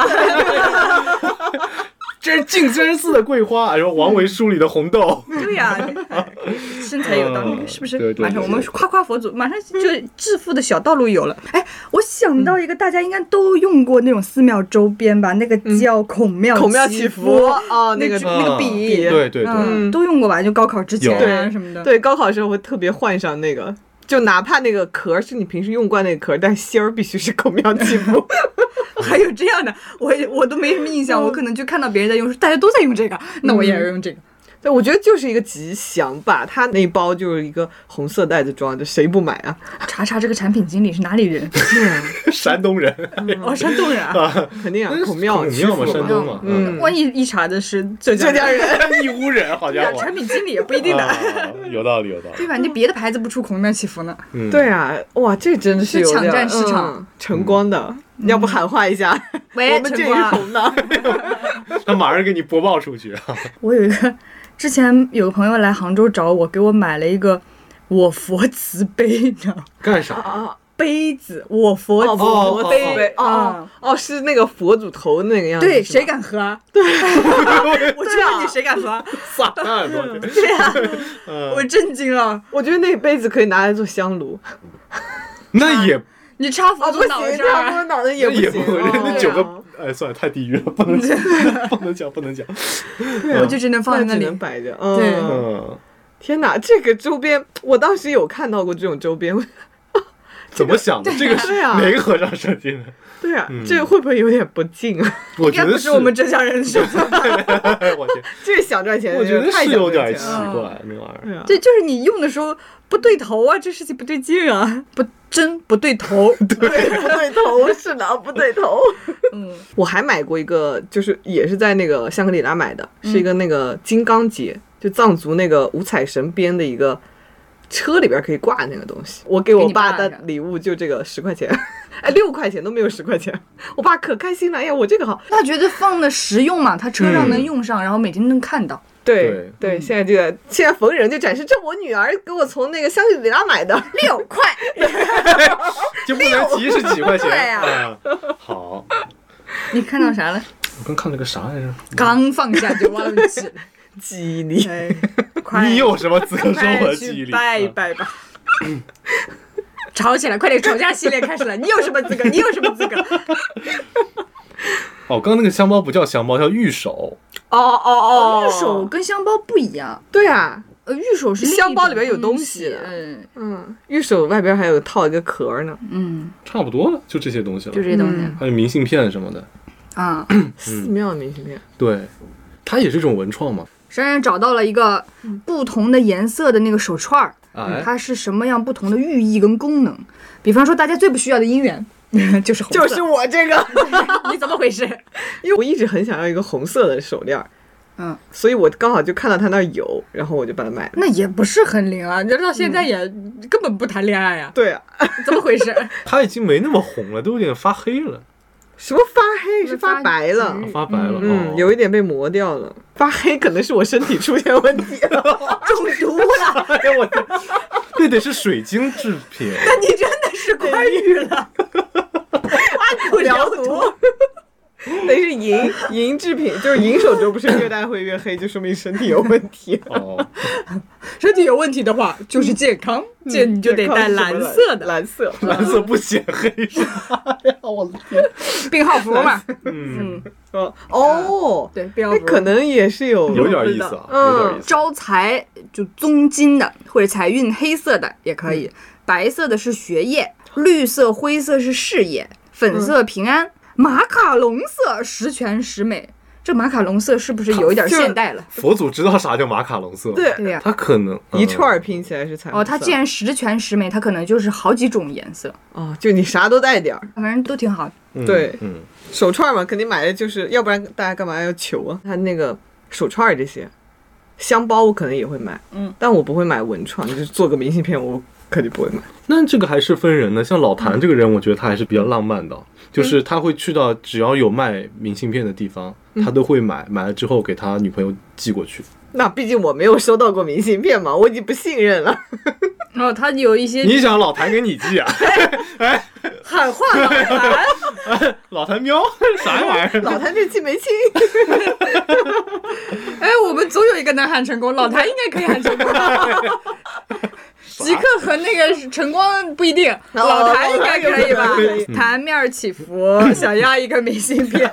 这是径山寺的桂花，然后王维书里的红豆。 对呀，身材有道理，是不是？ 对， 马上我们夸佛祖，马上就致富的小道路有了。哎，我想到一个，大家应该都用过那种寺庙周边吧？那个叫孔庙祈福哦，那个笔， 对， 都用过吧？就高考之前啊什么的。 对，高考时候会特别换上那个。就哪怕那个壳是你平时用惯那个壳，但芯儿必须是孔庙祈福。 还有这样的，我都没什么印象，我可能就看到别人在用，大家都在用这个，那我也要用这个。 对，我觉得就是一个吉祥吧，它那一包就是一个红色袋子装的，谁不买啊？ 查查这个产品经理是哪里人？ 山东人。 哦，山东人啊， 肯定啊，孔庙嘛，山东嘛。 万一一查的是浙江人、 义乌人，好家伙， 产品经理也不一定的。 有道理。 对吧？你别的牌子不出孔庙祈福呢？ 对啊，哇，这真的是有抢占市场， 晨光的。要不喊话一下？ 喂， 我们这里是红的。 他马上给你播报出去。 我有一个，之前有个朋友来杭州找我，给我买了一个我佛慈悲，你知道吗？ 干啥？ 杯子，我佛慈悲。 是那个佛祖头那个样子。 对，谁敢喝？对，我就问你谁敢喝？ 撒旦， 对呀，我震惊了。 我觉得那杯子可以拿来做香炉。 那也。 你插佛祖脑袋， 插佛祖脑袋也不行。 那9个，哎，算了，太地狱了，不能讲。 我就只能放在那里摆着。 对， 天哪，这个周边我当时有看到过这种周边。 怎么想的？这个是哪个和尚设计的？ 对啊，这个会不会有点不敬啊？ 我觉得应该不是我们浙江人设计的。我天， 这个想赚钱， 我觉得是有点奇怪，那玩意儿。对，就是你用的时候不对头啊，这事情不对劲啊，不对头， 对，不对头，是的，不对头。我还买过一个，就是也是在那个香格里拉买的，是一个那个金刚结，就藏族那个五彩神编的一个。车里边可以挂那个东西，我给我爸的礼物就这个10块钱，哎，6块钱都没有10块钱，我爸可开心了，哎呀，我这个好， 他觉得放的实用嘛，他车上能用上，然后每天能看到。 对对，现在逢人就展示，这我女儿给我从那个香格里拉买的 6块， 就不能提是几块钱。 对呀啊，好， 你看到啥了？ 我刚看了个啥来着？ 刚放下就忘记了。 记忆力。 哎，快你有什么资格说我快的记忆力？ 去拜一拜吧。吵起来，快点！吵架系列开始了。你有什么资格？你有什么资格？ 哦，刚刚那个香包不叫香包，叫玉手。 玉手跟香包不一样。 对啊， 玉手是另一种香包里边有东西玉手外边还有套一个壳呢。 差不多了，就这些东西了。 就这些东西还有明信片什么的。 啊。 寺庙的明信片。 对，它也是一种文创嘛。 珊珊找到了一个不同的颜色的那个手串儿， 哎， 它是什么样不同的寓意跟功能？比方说大家最不需要的姻缘就是红色， 就是我这个， 你怎么回事？ 因为我一直很想要一个红色的手链，所以我刚好就看到他那儿有，然后我就把它买了。 那也不是很灵啊，人到现在也根本不谈恋爱呀。 对啊， 怎么回事？ 它已经没那么红了，都有点发黑了。 什么发黑是发白了？ 发白了，哦， 有一点被磨掉了。发黑可能是我身体出现问题了，中毒了。 哎呀，我天，那得是水晶制品。 那你真的是宽裕了，刮骨疗毒。 得是银制品，就是银手镯不是越戴会越黑，就说明身体有问题。 哦， 身体有问题的话就是健康，你就得戴蓝色的， 蓝色不显黑是吧？哎呀，我的天， 病号符嘛。 对， 病号符可能也是有点意思啊，有点意思。 招财就棕金的或者财运黑色的也可以，白色的是学业，绿色灰色是事业，粉色平安。马卡龙色十全十美，这马卡龙色是不是有一点现代了？ 佛祖知道啥叫马卡龙色？ 对呀， 他可能一串拼起来是彩虹色。 它既然十全十美，它可能就是好几种颜色。 就你啥都带点儿， 反正都挺好。 对，手串嘛，肯定买的就是，要不然大家干嘛要求啊？它那个手串这些，香包我可能也会买，但我不会买文创，就是做个明信片我肯定不会买。 那这个还是分人的，像老谭这个人，我觉得他还是比较浪漫的，就是他会去到只要有卖明信片的地方，他都会买了之后给他女朋友寄过去。 那毕竟我没有收到过明信片嘛，我已经不信任了。 他有一些， 你想老谭给你寄啊？哎， 喊话老谭， 老谭喵，啥玩意儿？ 老谭这期没亲。 哎，我们总有一个能喊成功，老谭应该可以喊成功。极客和那个晨光不一定，老谭应该可以吧？谭面祈福，想要一个明信片。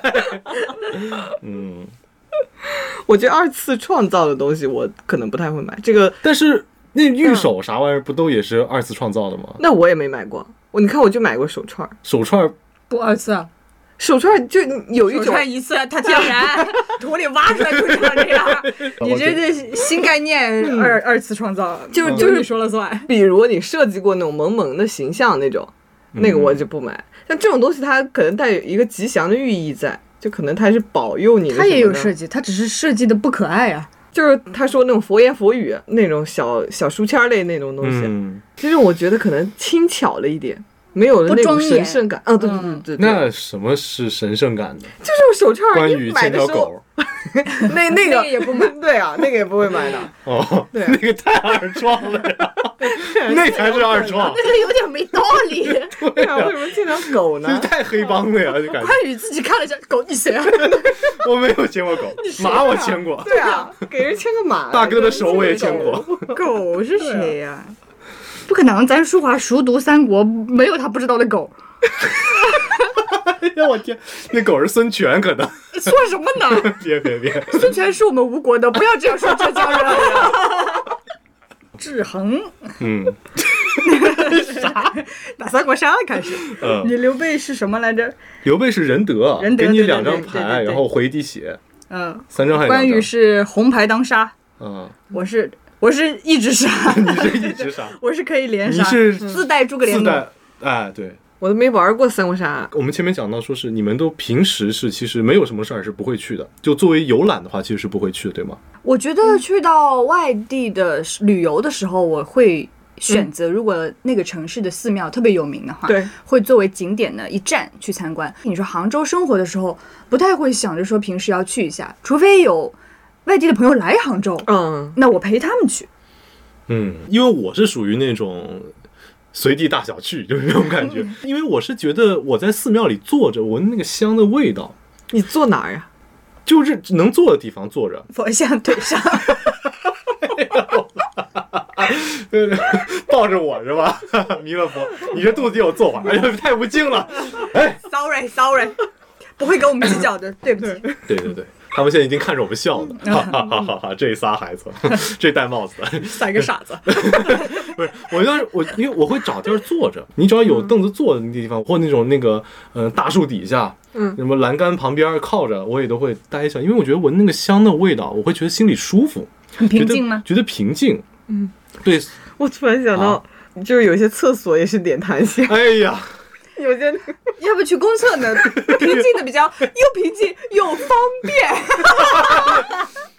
我觉得二次创造的东西我可能不太会买这个， 但是那玉手啥玩意儿不都也是二次创造的吗？ 那我也没买过。你看我就买过手串， 手串不二次啊。 手串就有一种， 手串一次它天然，土里挖出来就长这样。你这是新概念，二次创造，就是你说了算。 比如你设计过那种萌萌的形象那种，那个我就不买。但这种东西它可能带有一个吉祥的寓意在，就可能它是保佑你的。 它也有设计，它只是设计的不可爱啊。 就是他说那种佛言佛语那种小书签类那种东西，其实我觉得可能轻巧了一点。没有了那种神圣感。对。 那什么是神圣感的？ 就是手串， 关于牵条狗， 那个也不买。 对啊，那个也不会买的。对， 那个太二创了呀，那才是二创。 那个有点没道理。 对啊，为什么牵条狗呢？ 这太黑帮了呀，就感觉。 关羽自己看了一下，狗你谁啊？ 我没有牵过狗，马我牵过。 对啊，给人牵个马。 大哥的手我也牵过。 狗是谁呀？不可能，咱淑华熟读三国，没有他不知道的狗。 哎呀，我天，那狗是孙权，可能。 说什么呢？ 别， 孙权是我们吴国的，不要这样说浙江人。制衡。啥？打三国杀开始。你刘备是什么来着？ 刘备是仁德，给你2张牌，然后回滴血。3张还有2张。 关羽是红牌当杀。我是一直杀。 你是一直杀。 我是可以连杀。 你是自带诸葛连弩。 哎，对。 我都没玩过三国杀。 我们前面讲到，说是你们都平时是其实没有什么事儿是不会去的，就作为游览的话，其实是不会去的，对吗？ 我觉得去到外地的旅游的时候，我会选择如果那个城市的寺庙特别有名的话， 对， 会作为景点的一站去参观。你说杭州生活的时候，不太会想着说平时要去一下，除非有外地的朋友来杭州，那我陪他们去。 因为我是属于那种随地大小去，就是那种感觉。因为我是觉得我在寺庙里坐着，闻那个香的味道。 你坐哪儿呀？ 就是能坐的地方坐着， 佛像腿上。 对，抱着我是吧？弥勒佛，你这肚子有坐法，哎呀，太不敬了。哎 ，sorry， 不会跟我们计较的，对不起。 对，他们现在已经看着我们笑了，哈哈哈哈哈！这仨孩子，这戴帽子的， 三个傻子。 不是，因为我会找地儿坐着，你只要有凳子坐的那地方，或那种大树底下，什么栏杆旁边靠着，我也都会待一下，因为我觉得闻那个香的味道，我会觉得心里舒服， 很平静吗？ 觉得平静。对。 我突然想到，就是有些厕所也是点檀香。 哎呀， 有些要不去公厕呢？平静的比较又平静又方便。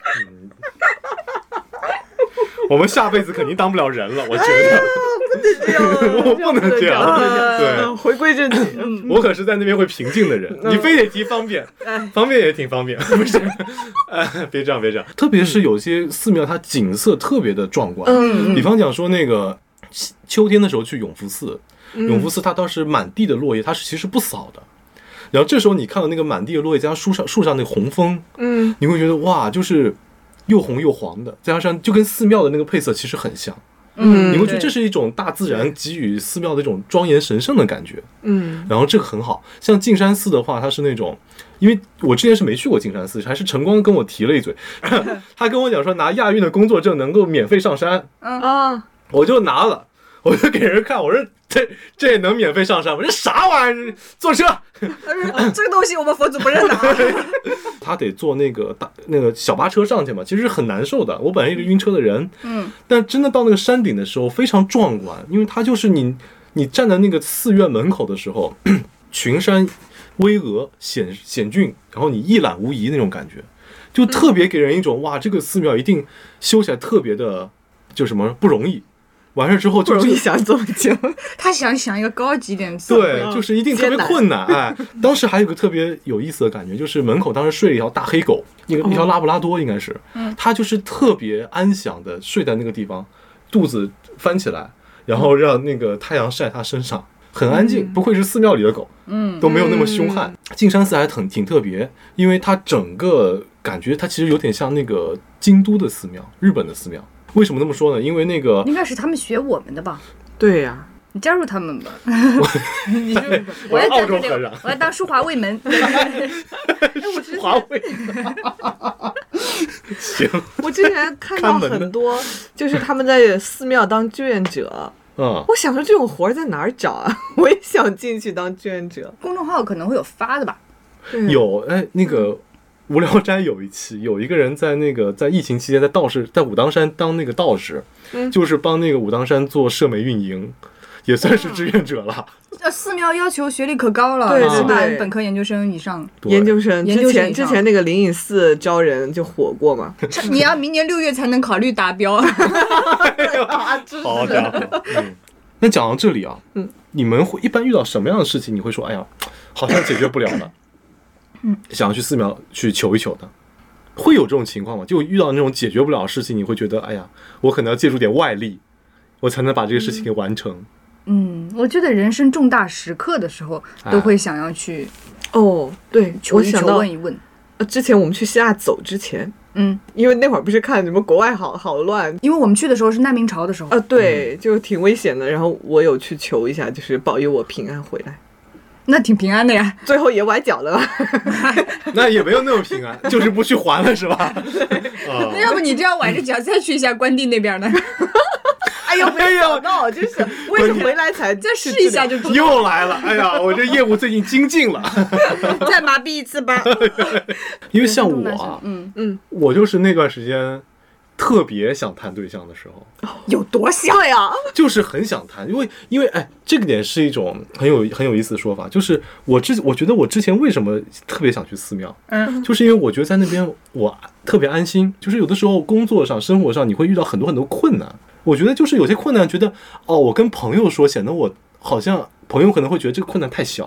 我们下辈子肯定当不了人了，我觉得。我不能这样。对， 回归正题。 我可是在那边会平静的人，你非得提方便，方便也挺方便，不是？别这样。特别是有些寺庙，它景色特别的壮观。比方讲说那个秋天的时候去永福寺，永福寺它倒是满地的落叶，它是其实不扫的。然后这时候你看到那个满地的落叶加树上那个红枫，你会觉得哇，就是又红又黄的，再加上就跟寺庙的那个配色其实很像。你会觉得这是一种大自然给予寺庙的一种庄严神圣的感觉。然后这个很好。像径山寺的话，它是那种，因为我之前是没去过径山寺，还是晨光跟我提了一嘴，他跟我讲说拿亚运的工作证能够免费上山，我就拿了，我就给人看，我说这也能免费上山？我说啥玩意儿？坐车。 这个东西我们佛祖不认的。 他得坐那个小巴车上去嘛，其实是很难受的。我本来是一个晕车的人，但真的到那个山顶的时候非常壮观，因为它就是你站在那个寺院门口的时候，群山巍峨险峻，然后你一览无遗那种感觉，就特别给人一种哇，这个寺庙一定修起来特别的，就什么不容易。完事之后就不容易想这么久， 他想一个高级点， 对，就是一定特别困难。哎，当时还有个特别有意思的感觉，就是门口当时睡了一条大黑狗，一条拉布拉多应该是，它就是特别安详的睡在那个地方，肚子翻起来，然后让那个太阳晒它身上，很安静，不愧是寺庙里的狗，都没有那么凶悍。径山寺还挺特别，因为它整个感觉它其实有点像那个京都的寺庙，日本的寺庙。为什么那么说呢？因为那个应该是他们学我们的吧？ 对呀， 你加入他们吧。 我要澳洲和尚， 我要当舒华卫门。 华卫。行。 我之前看到很多，就是他们在寺庙当志愿者。我想说这种活在哪儿找啊？我也想进去当志愿者。 公众号可能会有发的吧？ 有，那个。无聊斋有一期，有一个人在疫情期间在武当山当那个道士，就是帮那个武当山做社媒运营，也算是志愿者了。 寺庙要求学历可高了， 对， 本科研究生以上。 研究生之前那个灵隐寺招人就火过嘛。 你要明年6月才能考虑达标。 好家伙！那讲到这里啊，你们会一般遇到什么样的事情，你会说，哎呀，好像解决不了了？想要去寺庙去求一求的，会有这种情况吗？就遇到那种解决不了的事情，你会觉得，哎呀，我可能要借助点外力，我才能把这个事情给完成。 我觉得人生重大时刻的时候，都会想要去对， 求一求问一问。 之前我们去希腊走之前，因为那会儿不是看什么国外好乱， 因为我们去的时候是难民潮的时候， 对，就挺危险的。然后我有去求一下，就是保佑我平安回来。 那挺平安的呀， 最后也崴脚了。 那也没有那么平安，就是不去还了是吧？ 那要不你这样崴着脚再去一下关帝那边呢？ 哎呦，没想到，就是我也是回来才再试一下就知道。 又来了，哎呀，我这业务最近精进了， 再麻痹一次吧。 因为像我啊，我就是那段时间特别想谈对象的时候， 有多想呀？ 就是很想谈，因为哎，这个点是一种很有意思的说法，就是我觉得我之前为什么特别想去寺庙，就是因为我觉得在那边我特别安心，就是有的时候工作上、生活上你会遇到很多困难，我觉得就是有些困难，觉得我跟朋友说，显得我好像朋友可能会觉得这个困难太小了。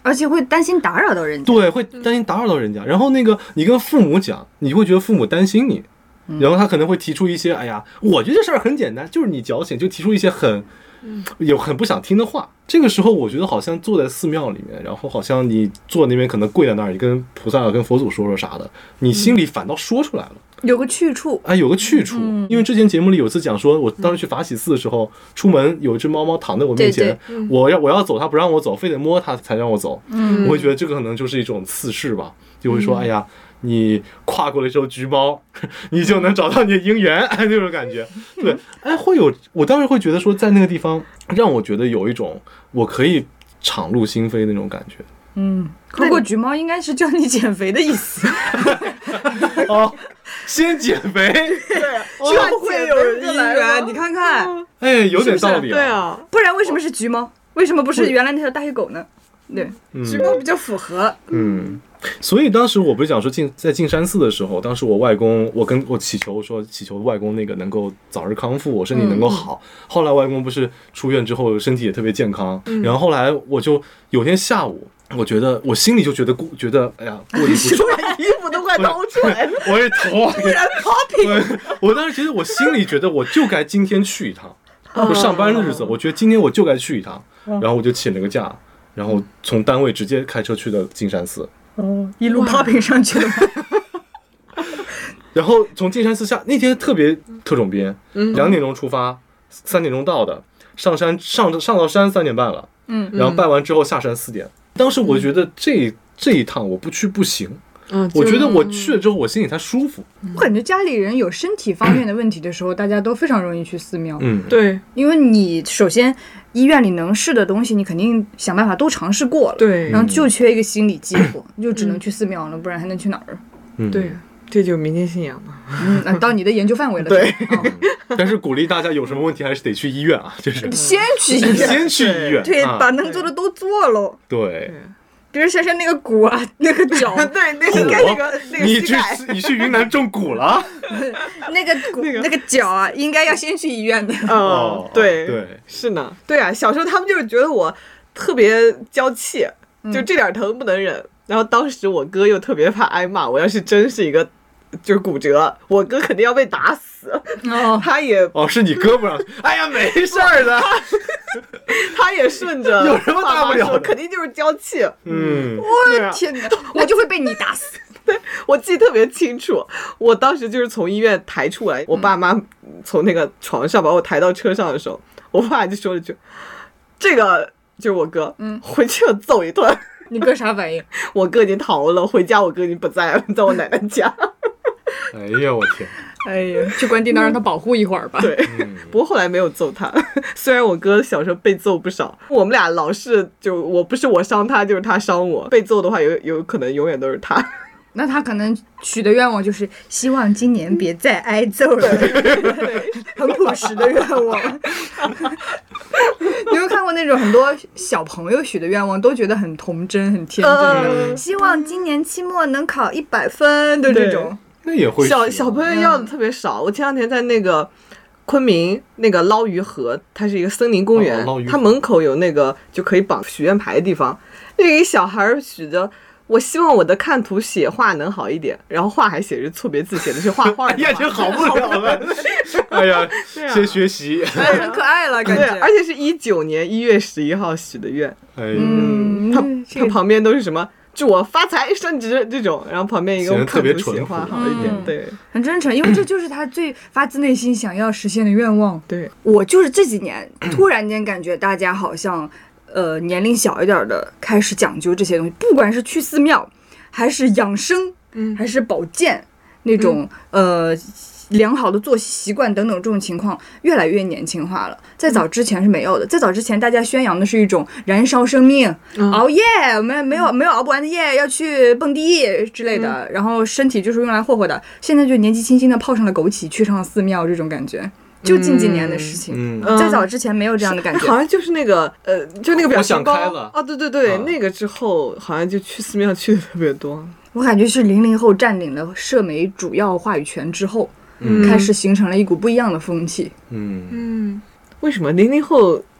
而且会担心打扰到人家。 对，会担心打扰到人家。然后那个你跟父母讲，你会觉得父母担心你，然后他可能会提出一些，哎呀，我觉得这事儿很简单，就是你矫情，就提出一些很不想听的话。这个时候我觉得好像坐在寺庙里面，然后好像你坐那边可能跪在那儿，你跟菩萨跟佛祖说啥的，你心里反倒说出来了。 有个去处， 哎，有个去处，因为之前节目里有次讲说，我当时去法喜寺的时候，出门有一只猫猫躺在我面前，我要走，它不让我走，非得摸它才让我走。我会觉得这个可能就是一种赐世吧，就会说，哎呀，你跨过了这头橘猫，你就能找到你的姻缘，那种感觉。对，哎，会有，我当时会觉得说，在那个地方让我觉得有一种我可以敞露心扉那种感觉。 跨过橘猫应该是叫你减肥的意思。 哦，先减肥， 就会有姻缘，你看看， 哎，有点道理。 对啊， 不然为什么是橘猫？为什么不是原来那条大黑狗呢？对，橘猫比较符合。 所以当时我不是讲说在径山寺的时候，当时我外公，我祈求外公那个能够早日康复，我身体能够好。后来外公不是出院之后身体也特别健康，然后后来我就有天下午，我心里就觉得哎呀过意不去， 衣服都快掏出来了， 我也头突然 popping。 我当时觉得我心里觉得我就该今天去一趟，我上班的日子，我觉得今天我就该去一趟，然后我就请了个假，然后从单位直接开车去的径山寺。 一路 popping 上去了。 然后从径山寺下那天特种编，2点钟出发，3点钟到的，上到山3点半了，然后拜完之后下山4点。当时我觉得这一趟我不去不行，我觉得我去了之后我心里才舒服。 我感觉家里人有身体方面的问题的时候，大家都非常容易去寺庙。 对， 因为你首先医院里能试的东西，你肯定想办法都尝试过了， 对， 然后就缺一个心理寄托，就只能去寺庙了，不然还能去哪儿？ 对，这就是民间信仰嘛。 到你的研究范围了。 对， 但是鼓励大家有什么问题还是得去医院啊，就是先去医院， 先去医院， 对，把能做的都做喽。 对。 比如珊珊那个骨啊，那个脚， 对，那个你去云南种骨了？ 那个骨那个脚啊，应该要先去医院的。 对，是呢，对啊，小时候他们就是觉得我特别娇气，就这点疼不能忍。然后当时我哥又特别怕挨骂，我要是真是一个就是骨折，我哥肯定要被打死。他也是你哥不让，哎呀，没事儿的。 他也顺着， 有什么大不了的？ 肯定就是娇气。 我天哪，我就会被你打死。 对，我记得特别清楚，我当时就是从医院抬出来，我爸妈从那个床上把我抬到车上的时候，我爸就说了句：“这个就是我哥，回去我揍一顿。” 你哥啥反应？ 我哥已经逃了，回家我哥已经不在了，在我奶奶家。 哎呀，我天！ 哎呀，去关帝那让他保护一会儿吧。 对，不过后来没有揍他。虽然我哥小时候被揍不少，我们俩老是我不是我伤他，就是他伤我。被揍的话有可能永远都是他。 那他可能许的愿望就是希望今年别再挨揍了，很朴实的愿望。你有看过那种很多小朋友许的愿望，都觉得很童真、很天真，希望今年期末能考100分的这种。 那也会小朋友要的特别少。我前两天在那个昆明那个捞鱼河，它是一个森林公园，它门口有那个就可以绑许愿牌的地方，那个一小孩许着。我希望我的看图写画能好一点，然后画还写着错别字，写的是画画。 哎呀，这好不了了。哎呀，先学习。 很可爱了，感觉。 而且是19年1月11号许的愿。他旁边都是什么祝我发财升职这种，然后旁边一个看图写画好一点，对， 很真诚，因为这就是他最发自内心想要实现的愿望。 对， 我就是这几年突然间感觉大家好像。年龄小一点的开始讲究这些东西，不管是去寺庙，还是养生，还是保健那种良好的作息习惯等等，这种情况越来越年轻化了。在早之前是没有的，在早之前大家宣扬的是一种燃烧生命，熬夜，没有熬不完的夜，要去蹦迪之类的，然后身体就是用来霍霍的。现在就年纪轻轻的泡上了枸杞，去上了寺庙，这种感觉。就近几年的事情，在早之前没有这样的感觉。 好像就是那个就那个表情包。 我想开了啊，对，那个之后好像就去寺庙去的特别多。 我感觉是00后占领了社媒主要话语权之后，开始形成了一股不一样的风气。 为什么00后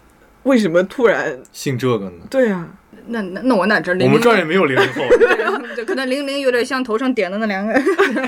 为什么突然信这个呢？ 对啊， 那我哪知道？ 我们这儿也没有00后， 对，可能00有点像头上点的那两个，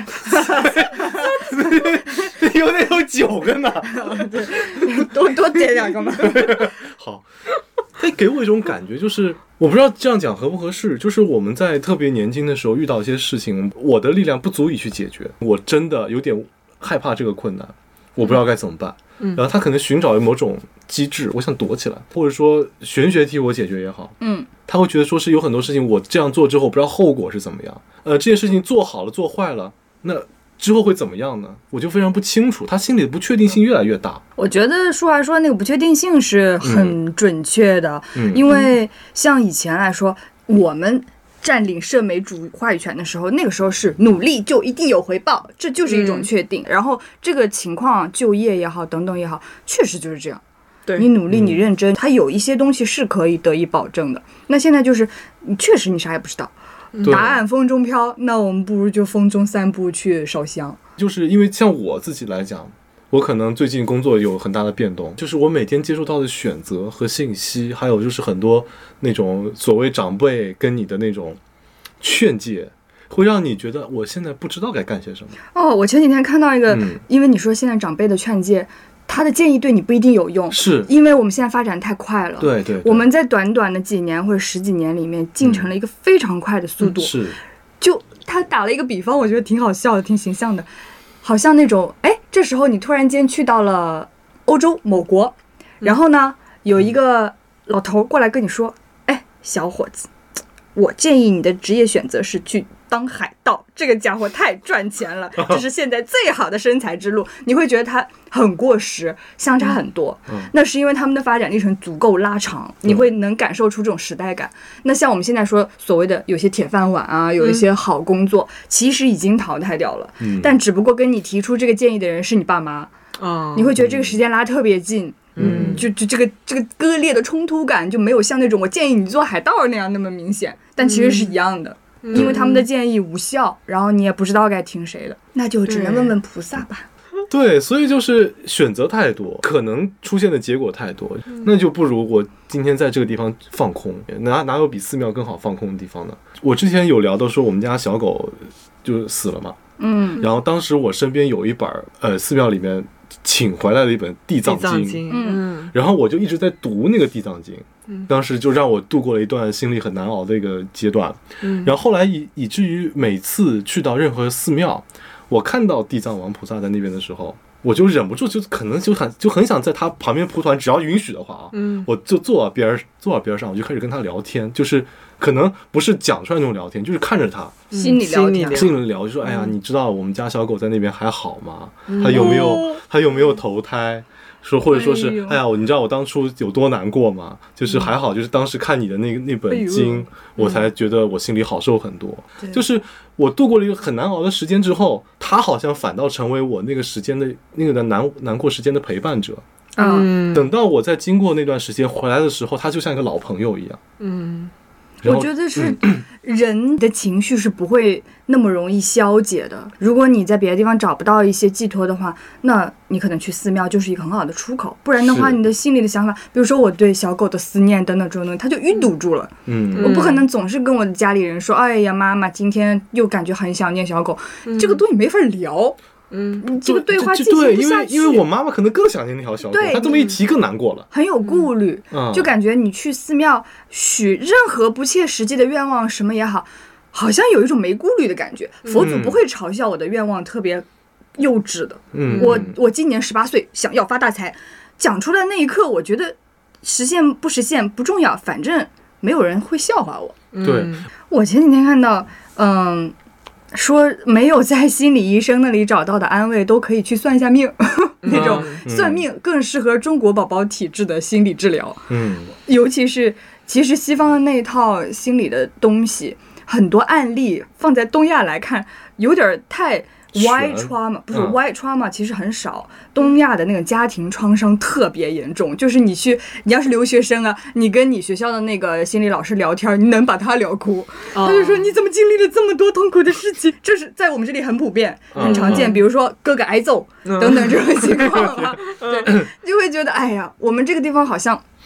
有得有9个呢。 多点2个嘛。 好，它给我一种感觉，就是我不知道这样讲合不合适，就是我们在特别年轻的时候遇到一些事情，我的力量不足以去解决，我真的有点害怕这个困难，我不知道该怎么办。然后他可能寻找某种机制，我想躲起来，或者说玄学替我解决也好，他会觉得说是有很多事情我这样做之后，我不知道后果是怎么样，这件事情做好了做坏了，那之后会怎么样呢？我就非常不清楚，他心里的不确定性越来越大。 我觉得舒华说那个不确定性是很准确的，因为像以前来说，我们占领社美主话语权的时候，那个时候是努力就一定有回报，这就是一种确定。然后这个情况，就业也好，等等也好，确实就是这样。 对， 你努力，你认真，它有一些东西是可以得以保证的。那现在就是，确实你啥也不知道，答案风中飘，那我们不如就风中散步去烧香。 就是因为像我自己来讲，我可能最近工作有很大的变动，就是我每天接触到的选择和信息，还有就是很多那种所谓长辈跟你的那种劝诫，会让你觉得我现在不知道该干些什么。 哦，我前几天看到一个，因为你说现在长辈的劝诫，他的建议对你不一定有用， 是因为我们现在发展太快了。 对， 我们在短短的几年或者10几年里面进程了一个非常快的速度。 是， 就他打了一个比方，我觉得挺好笑的，挺形象的，好像那种，这时候你突然间去到了欧洲某国，然后呢，有一个老头过来跟你说，小伙子，我建议你的职业选择是去当海盗，这个家伙太赚钱了，这是现在最好的生财之路。你会觉得他很过时，相差很多，那是因为他们的发展历程足够拉长，你会能感受出这种时代感。那像我们现在说所谓的有些铁饭碗啊，有一些好工作，其实已经淘汰掉了，但只不过跟你提出这个建议的人是你爸妈，你会觉得这个时间拉特别近。就这个割裂的冲突感就没有像那种我建议你做海盗那样那么明显，但其实是一样的，因为他们的建议无效，然后你也不知道该听谁的，那就只能问问菩萨吧。 对，所以就是选择太多，可能出现的结果太多，那就不如我今天在这个地方放空，哪有比寺庙更好放空的地方呢？我之前有聊到说我们家小狗就死了嘛，然后当时我身边有一本寺庙里面请回来的一本地藏经，然后我就一直在读那个地藏经，当时就让我度过了一段心里很难熬的一个阶段，然后后来以至于每次去到任何寺庙，我看到地藏王菩萨在那边的时候，我就忍不住可能就很想在他旁边蒲团，只要允许的话我就坐到边上，我就开始跟他聊天，就是可能不是讲出来那种聊天，就是看着他心里聊，就说哎呀，你知道我们家小狗在那边还好吗？他有没有投胎？说或者说是哎呀，你知道我当初有多难过吗？就是还好，就是当时看你的那本经，我才觉得我心里好受很多。就是我度过了一个很难熬的时间之后，他好像反倒成为我那个时间的难过时间的陪伴者。等到我在经过那段时间回来的时候，他就像一个老朋友一样。 我觉得是人的情绪是不会那么容易消解的。如果你在别的地方找不到一些寄托的话，那你可能去寺庙就是一个很好的出口。不然的话，你的心里的想法，比如说我对小狗的思念等等这种东西，它就淤堵住了。我不可能总是跟我的家里人说，哎呀，妈妈今天又感觉很想念小狗，这个东西没法聊。你这个对话进行不下去， 因为我妈妈可能更想念那条小狗，她这么一提更难过了， 很有顾虑，就感觉你去寺庙许任何不切实际的愿望什么也好，好像有一种没顾虑的感觉。佛祖不会嘲笑我的愿望特别幼稚的。我今年18岁，想要发大财，讲出来那一刻，我觉得实现不实现不重要，反正没有人会笑话我。 对， 我前几天看到，说没有在心理医生那里找到的安慰，都可以去算一下命，那种算命更适合中国宝宝体质的心理治疗。尤其是其实西方的那一套心理的东西，很多案例放在东亚来看，有点太white trauma， 不是white trauma， 其实很少。东亚的那个家庭创伤特别严重，就是你要是留学生啊，你跟你学校的那个心理老师聊天，你能把他聊哭。他就说你怎么经历了这么多痛苦的事情？这是在我们这里很普遍、很常见，比如说哥哥挨揍等等这种情况啊。对，就会觉得哎呀，我们这个地方好像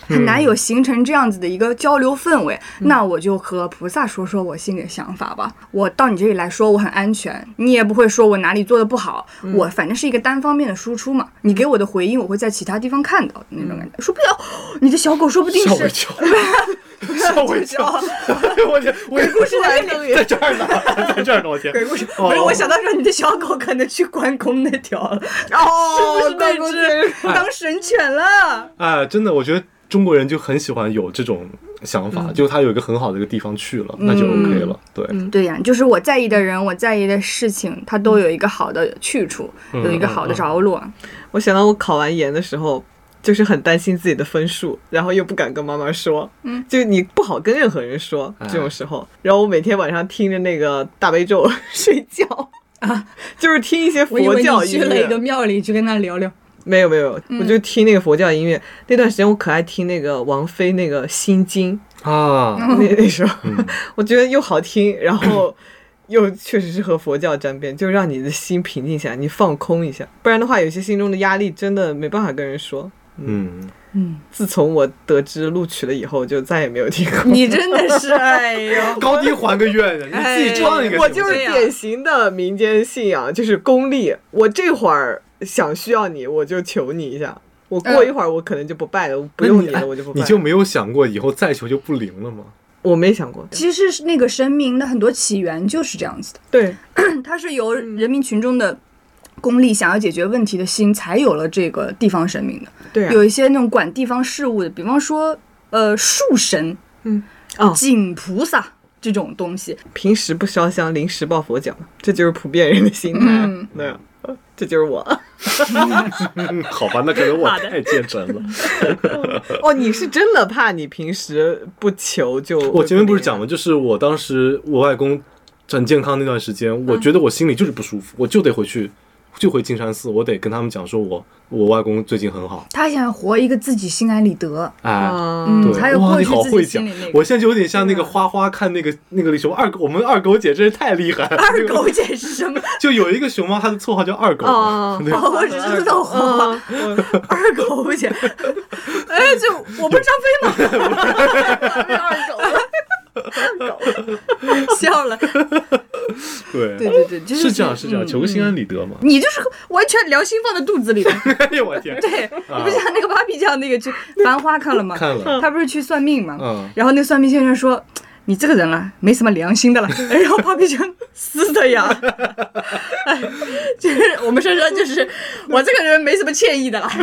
很难有形成这样子的一个交流氛围。那我就和菩萨说说我心里的想法吧。我到你这里来说我很安全，你也不会说我哪里做的不好，我反正是一个单方面的输出嘛。你给我的回应我会在其他地方看到的那种感觉。说不了，你的小狗说不定是吓我一跳，鬼故事在这儿呢，在这儿呢，我天！ 鬼故事不是我想到说你的小狗可能去关公那条了，是不是那只当神犬了？ 哎，真的，我觉得中国人就很喜欢有这种想法，就他有一个很好的一个地方去了，那就 OK 了。 对呀，就是我在意的人，我在意的事情，它都有一个好的去处，有一个好的着落。 我想到我考完研的时候。就是很担心自己的分数，然后又不敢跟妈妈说，就你不好跟任何人说这种时候。然后我每天晚上听着那个大悲咒睡觉啊，就是听一些佛教音乐。 我以为你去了一个庙里去跟他聊聊。 没有，我就听那个佛教音乐。那段时间我可爱听那个王菲那个心经啊， 那时候我觉得又好听，然后又确实是和佛教沾边，就让你的心平静下来，你放空一下，不然的话有些心中的压力真的没办法跟人说。自从我得知录取了以后，就再也没有听过。 你真的是，哎呦， 高低还个愿，你自己唱一个。 我就是典型的民间信仰，就是功利。我这会儿想需要你，我就求你一下。我过一会儿我可能就不拜了，不用你了，我就不拜了。 你就没有想过以后再求就不灵了吗？ 我没想过。 其实是那个神明的很多起源就是这样子的。 对， 它是由人民群众的功利想要解决问题的心才有了这个地方神明的。 对、 有一些那种管地方事务的，比方说树神、景菩萨这种东西， 平时不烧香，临时抱佛脚，这就是普遍人的心态。对，这就是我。 好吧，那可能我太虔诚了。 哦，你是真的怕你平时不求就？ 我前面不是讲了，就是我当时我外公很健康那段时间，我觉得我心里就是不舒服，我就得回去。就回金山寺，我得跟他们讲说我外公最近很好， 他想活一个自己心安理得， 对， 他有过去自己心里那个。 我现在就有点像那个花花看那个什么我们二狗姐真是太厉害了。 二狗姐是什么？ 就有一个熊猫，它的绰号叫二狗。 我只知道花花，二狗姐。哎，就我不是张飞吗？二狗，笑了。 对， 就是这样，求个心安理得嘛。 你就是完全良心放在肚子里的。 哎呦我天！ 对，你不像那个芭比酱那个去《繁花》看了吗？ 看了。 他不是去算命嘛？然后那个算命先生说：“你这个人啊，没什么良心的了。”然后芭比酱是的呀，就是我们说就是我这个人没什么歉意的了，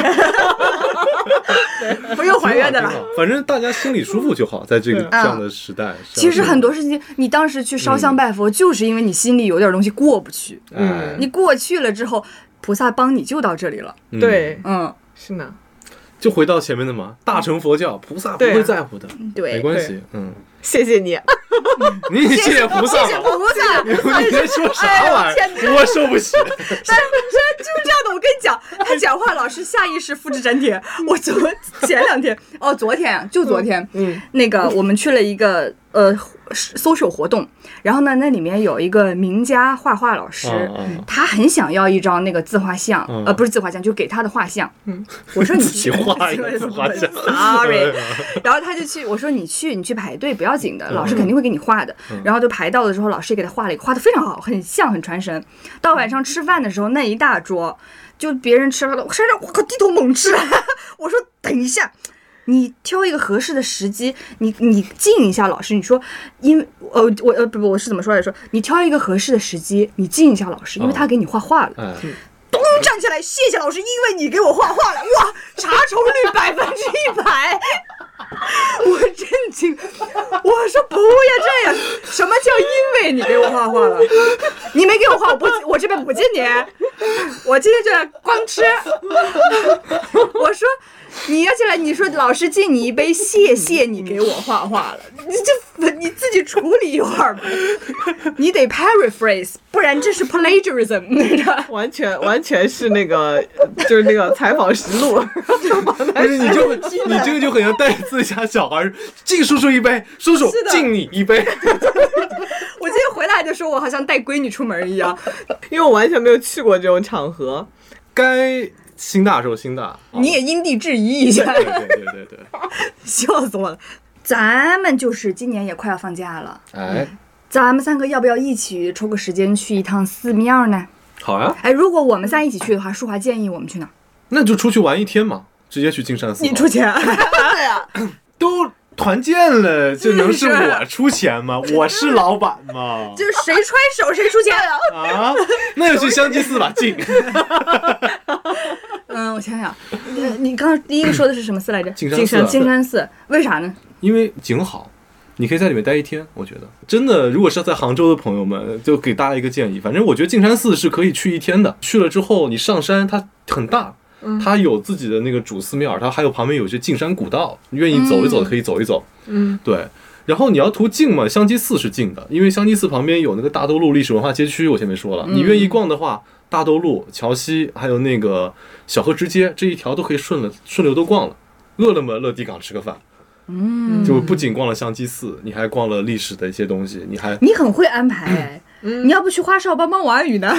不用还愿的了。 反正大家心里舒服就好，在这个这样的时代。 其实很多事情，你当时去烧香拜佛，就是因为你心里有点东西过不去。你过去了之后，菩萨帮你就到这里了。 对，是呢。 就回到前面的嘛，大乘佛教，菩萨不会在乎的， 对， 没关系， 谢谢你， 你谢谢菩萨， 谢谢菩萨， 你在说啥玩意儿？我受不起。 但是就是这样的，我跟你讲，他讲话老是下意识复制粘贴。我前两天，昨天，那个我们去了一个social 活动，然后呢，那里面有一个名家画画老师，他很想要一张那个自画像，不是自画像，就给他的画像。我说你去画一个自画像 ，sorry。然后他就去，我说你去排队不要紧的，老师肯定会给你画的。然后就排到的时候，老师也给他画了一个，画的非常好，很像，很传神。到晚上吃饭的时候，那一大桌，就别人吃了，我靠，低头猛吃。我说等一下。你挑一个合适的时机，你敬一下老师。你说，我是怎么说来说？你挑一个合适的时机，你敬一下老师，因为他给你画画了。咚，站起来，谢谢老师，因为你给我画画了。哇，查重率100%。我震惊，我说不要这样，什么叫因为你给我画画了？你没给我画，我这边不敬你，我今天就来光吃。我说你要进来，你说老师敬你一杯，谢谢你给我画画了，你自己处理一会儿吧，你得 paraphrase， 不然这是 plagiarism， 完全是那个就是那个采访实录。 不是你这个就很像带自家小孩敬叔叔一杯，叔叔敬你一杯。 我今天回来的时候，我好像带闺女出门一样， 因为我完全没有去过这种场合。 该心大受心大， 你也因地制宜一下， 对， 笑死我了。咱们就是今年也快要放假了， 哎， 咱们3个要不要一起抽个时间去一趟寺庙呢？ 好呀， 哎，如果我们仨一起去的话，淑华建议我们去哪？ 那就出去玩1天嘛，直接去金山寺。 你出钱？ 对呀， 都团建了，这能是我出钱吗？我是老板嘛。 就是谁揣手谁出钱啊，那就去香积寺吧，近。 我想想，你刚刚第一个说的是什么寺来着？ 金山寺，为啥呢？ 因为景好，你可以在里面待1天。我觉得真的，如果是在杭州的朋友们，就给大家一个建议。反正我觉得净山寺是可以去1天的。去了之后，你上山，它很大，它有自己的那个主寺庙，它还有旁边有些进山古道，愿意走一走可以走一走。对。然后你要图近嘛，香积寺是近的，因为香积寺旁边有那个大都路历史文化街区，我前面说了，你愿意逛的话，大都路、桥西还有那个小河直街这一条都可以顺流都逛了。饿了么乐迪港吃个饭，就不仅逛了香积寺，你还逛了历史的一些东西， 你很会安排。你要不去花少帮帮王宇呢？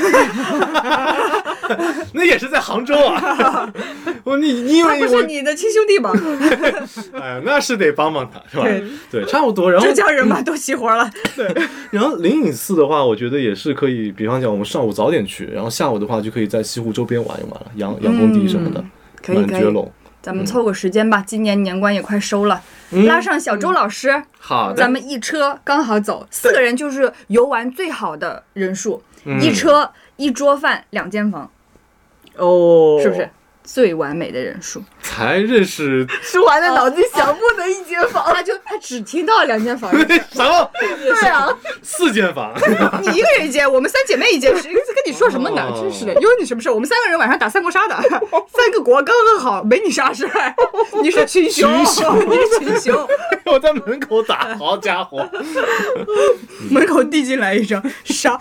那也是在杭州啊。你以为他不是你的亲兄弟吗？ 哎呀，那是得帮帮他，是吧？对，差不多。然后浙江人嘛，都齐活了。 对。然后灵隐寺的话，我觉得也是可以，比方讲我们上午早点去，然后下午的话就可以在西湖周边玩一玩了，杨公堤什么的，满绝龙。 咱们凑个时间吧，今年年关也快收了，拉上小周老师， 好的， 咱们一车刚好走，4个人就是游玩最好的人数，一车1桌饭2间房，是不是最完美的人数？ 才认识舒华的脑子想不能1间房， 他只听到2间房。 什么？ 对啊 ，4间房。 你1个人1间，我们3姐妹1间，跟你说什么呢？真是的，有你什么事？我们3个人晚上打3国杀的，3个国刚刚好，没你啥事。你是群雄，你是群雄。 我在门口打，好家伙！ 门口递进来一声杀，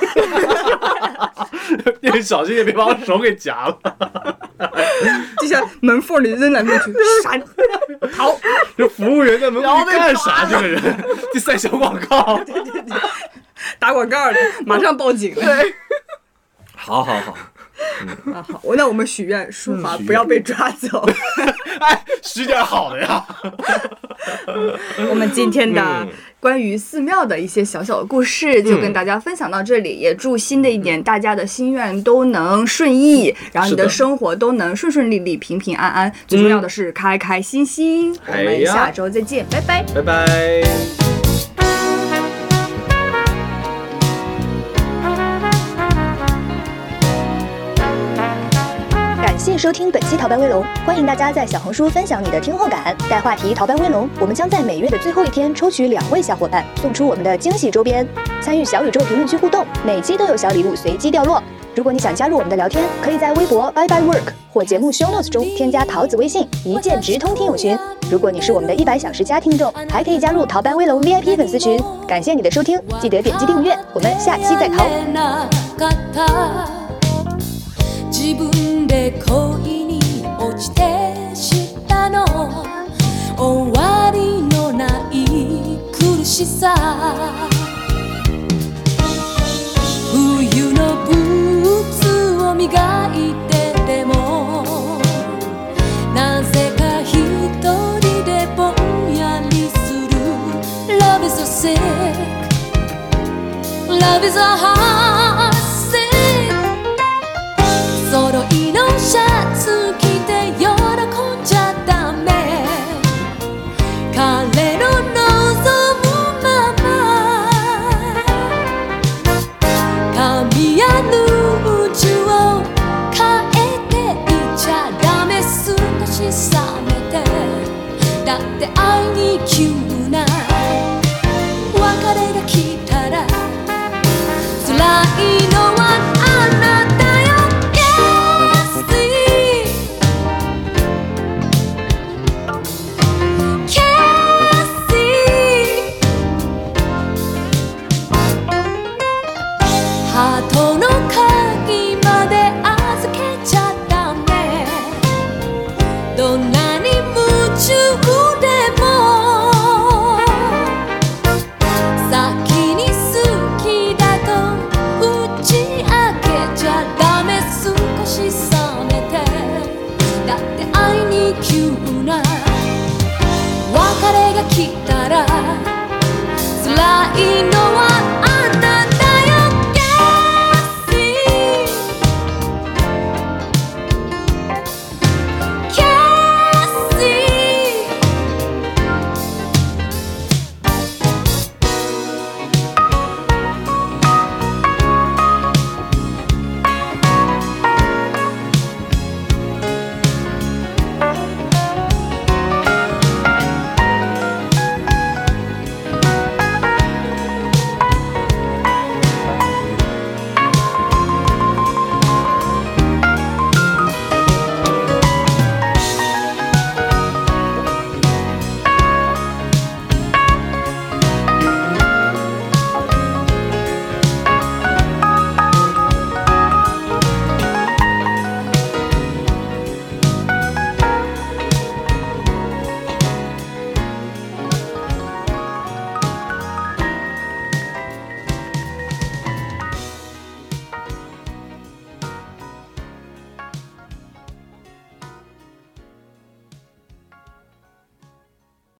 你小心点，别把我手给夹了。 就像门缝里扔来扔去，闪逃。 这服务员在门口干啥？这个人第3小广告， 对，打广告的，马上报警了。 对， 好。 好，那我们许愿，舒华不要被抓走。 哎，许点好的呀。 我们今天的关于寺庙的一些小小的故事就跟大家分享到这里，也祝新的一年大家的心愿都能顺意，然后你的生活都能顺顺利利、平平安安，最重要的是开开心心。我们下周再见，拜拜， 拜拜。 感谢收听本期逃班威龙，欢迎大家在小红书分享你的听后感，带话题逃班威龙，我们将在每月的最后1天抽取2位小伙伴，送出我们的惊喜周边。参与小宇宙评论区互动，每期都有小礼物随机掉落。如果你想加入我们的聊天，可以在微博 Bye Bye Work 或节目 Show Notes 中添加桃子微信，一键直通听友群。如果你是我们的100小时加听众，还可以加入逃班威龙 VIP 粉丝群。感谢你的收听，记得点击订阅，我们下期再逃。自分で恋に落ちてしたの終わりのない苦しさ冬のブーツを磨いてでもなぜか一人でぼんやりする Love is so sick Love is a heart揃いのシャツ着て喜んじゃダメ彼の望むまま髪やルージュを変えていちゃダメ少し冷めてだって愛に急な別れが来たら辛いのはあなたハートの鍵まで預けちゃダメどんなに夢中でもきたら辛いのは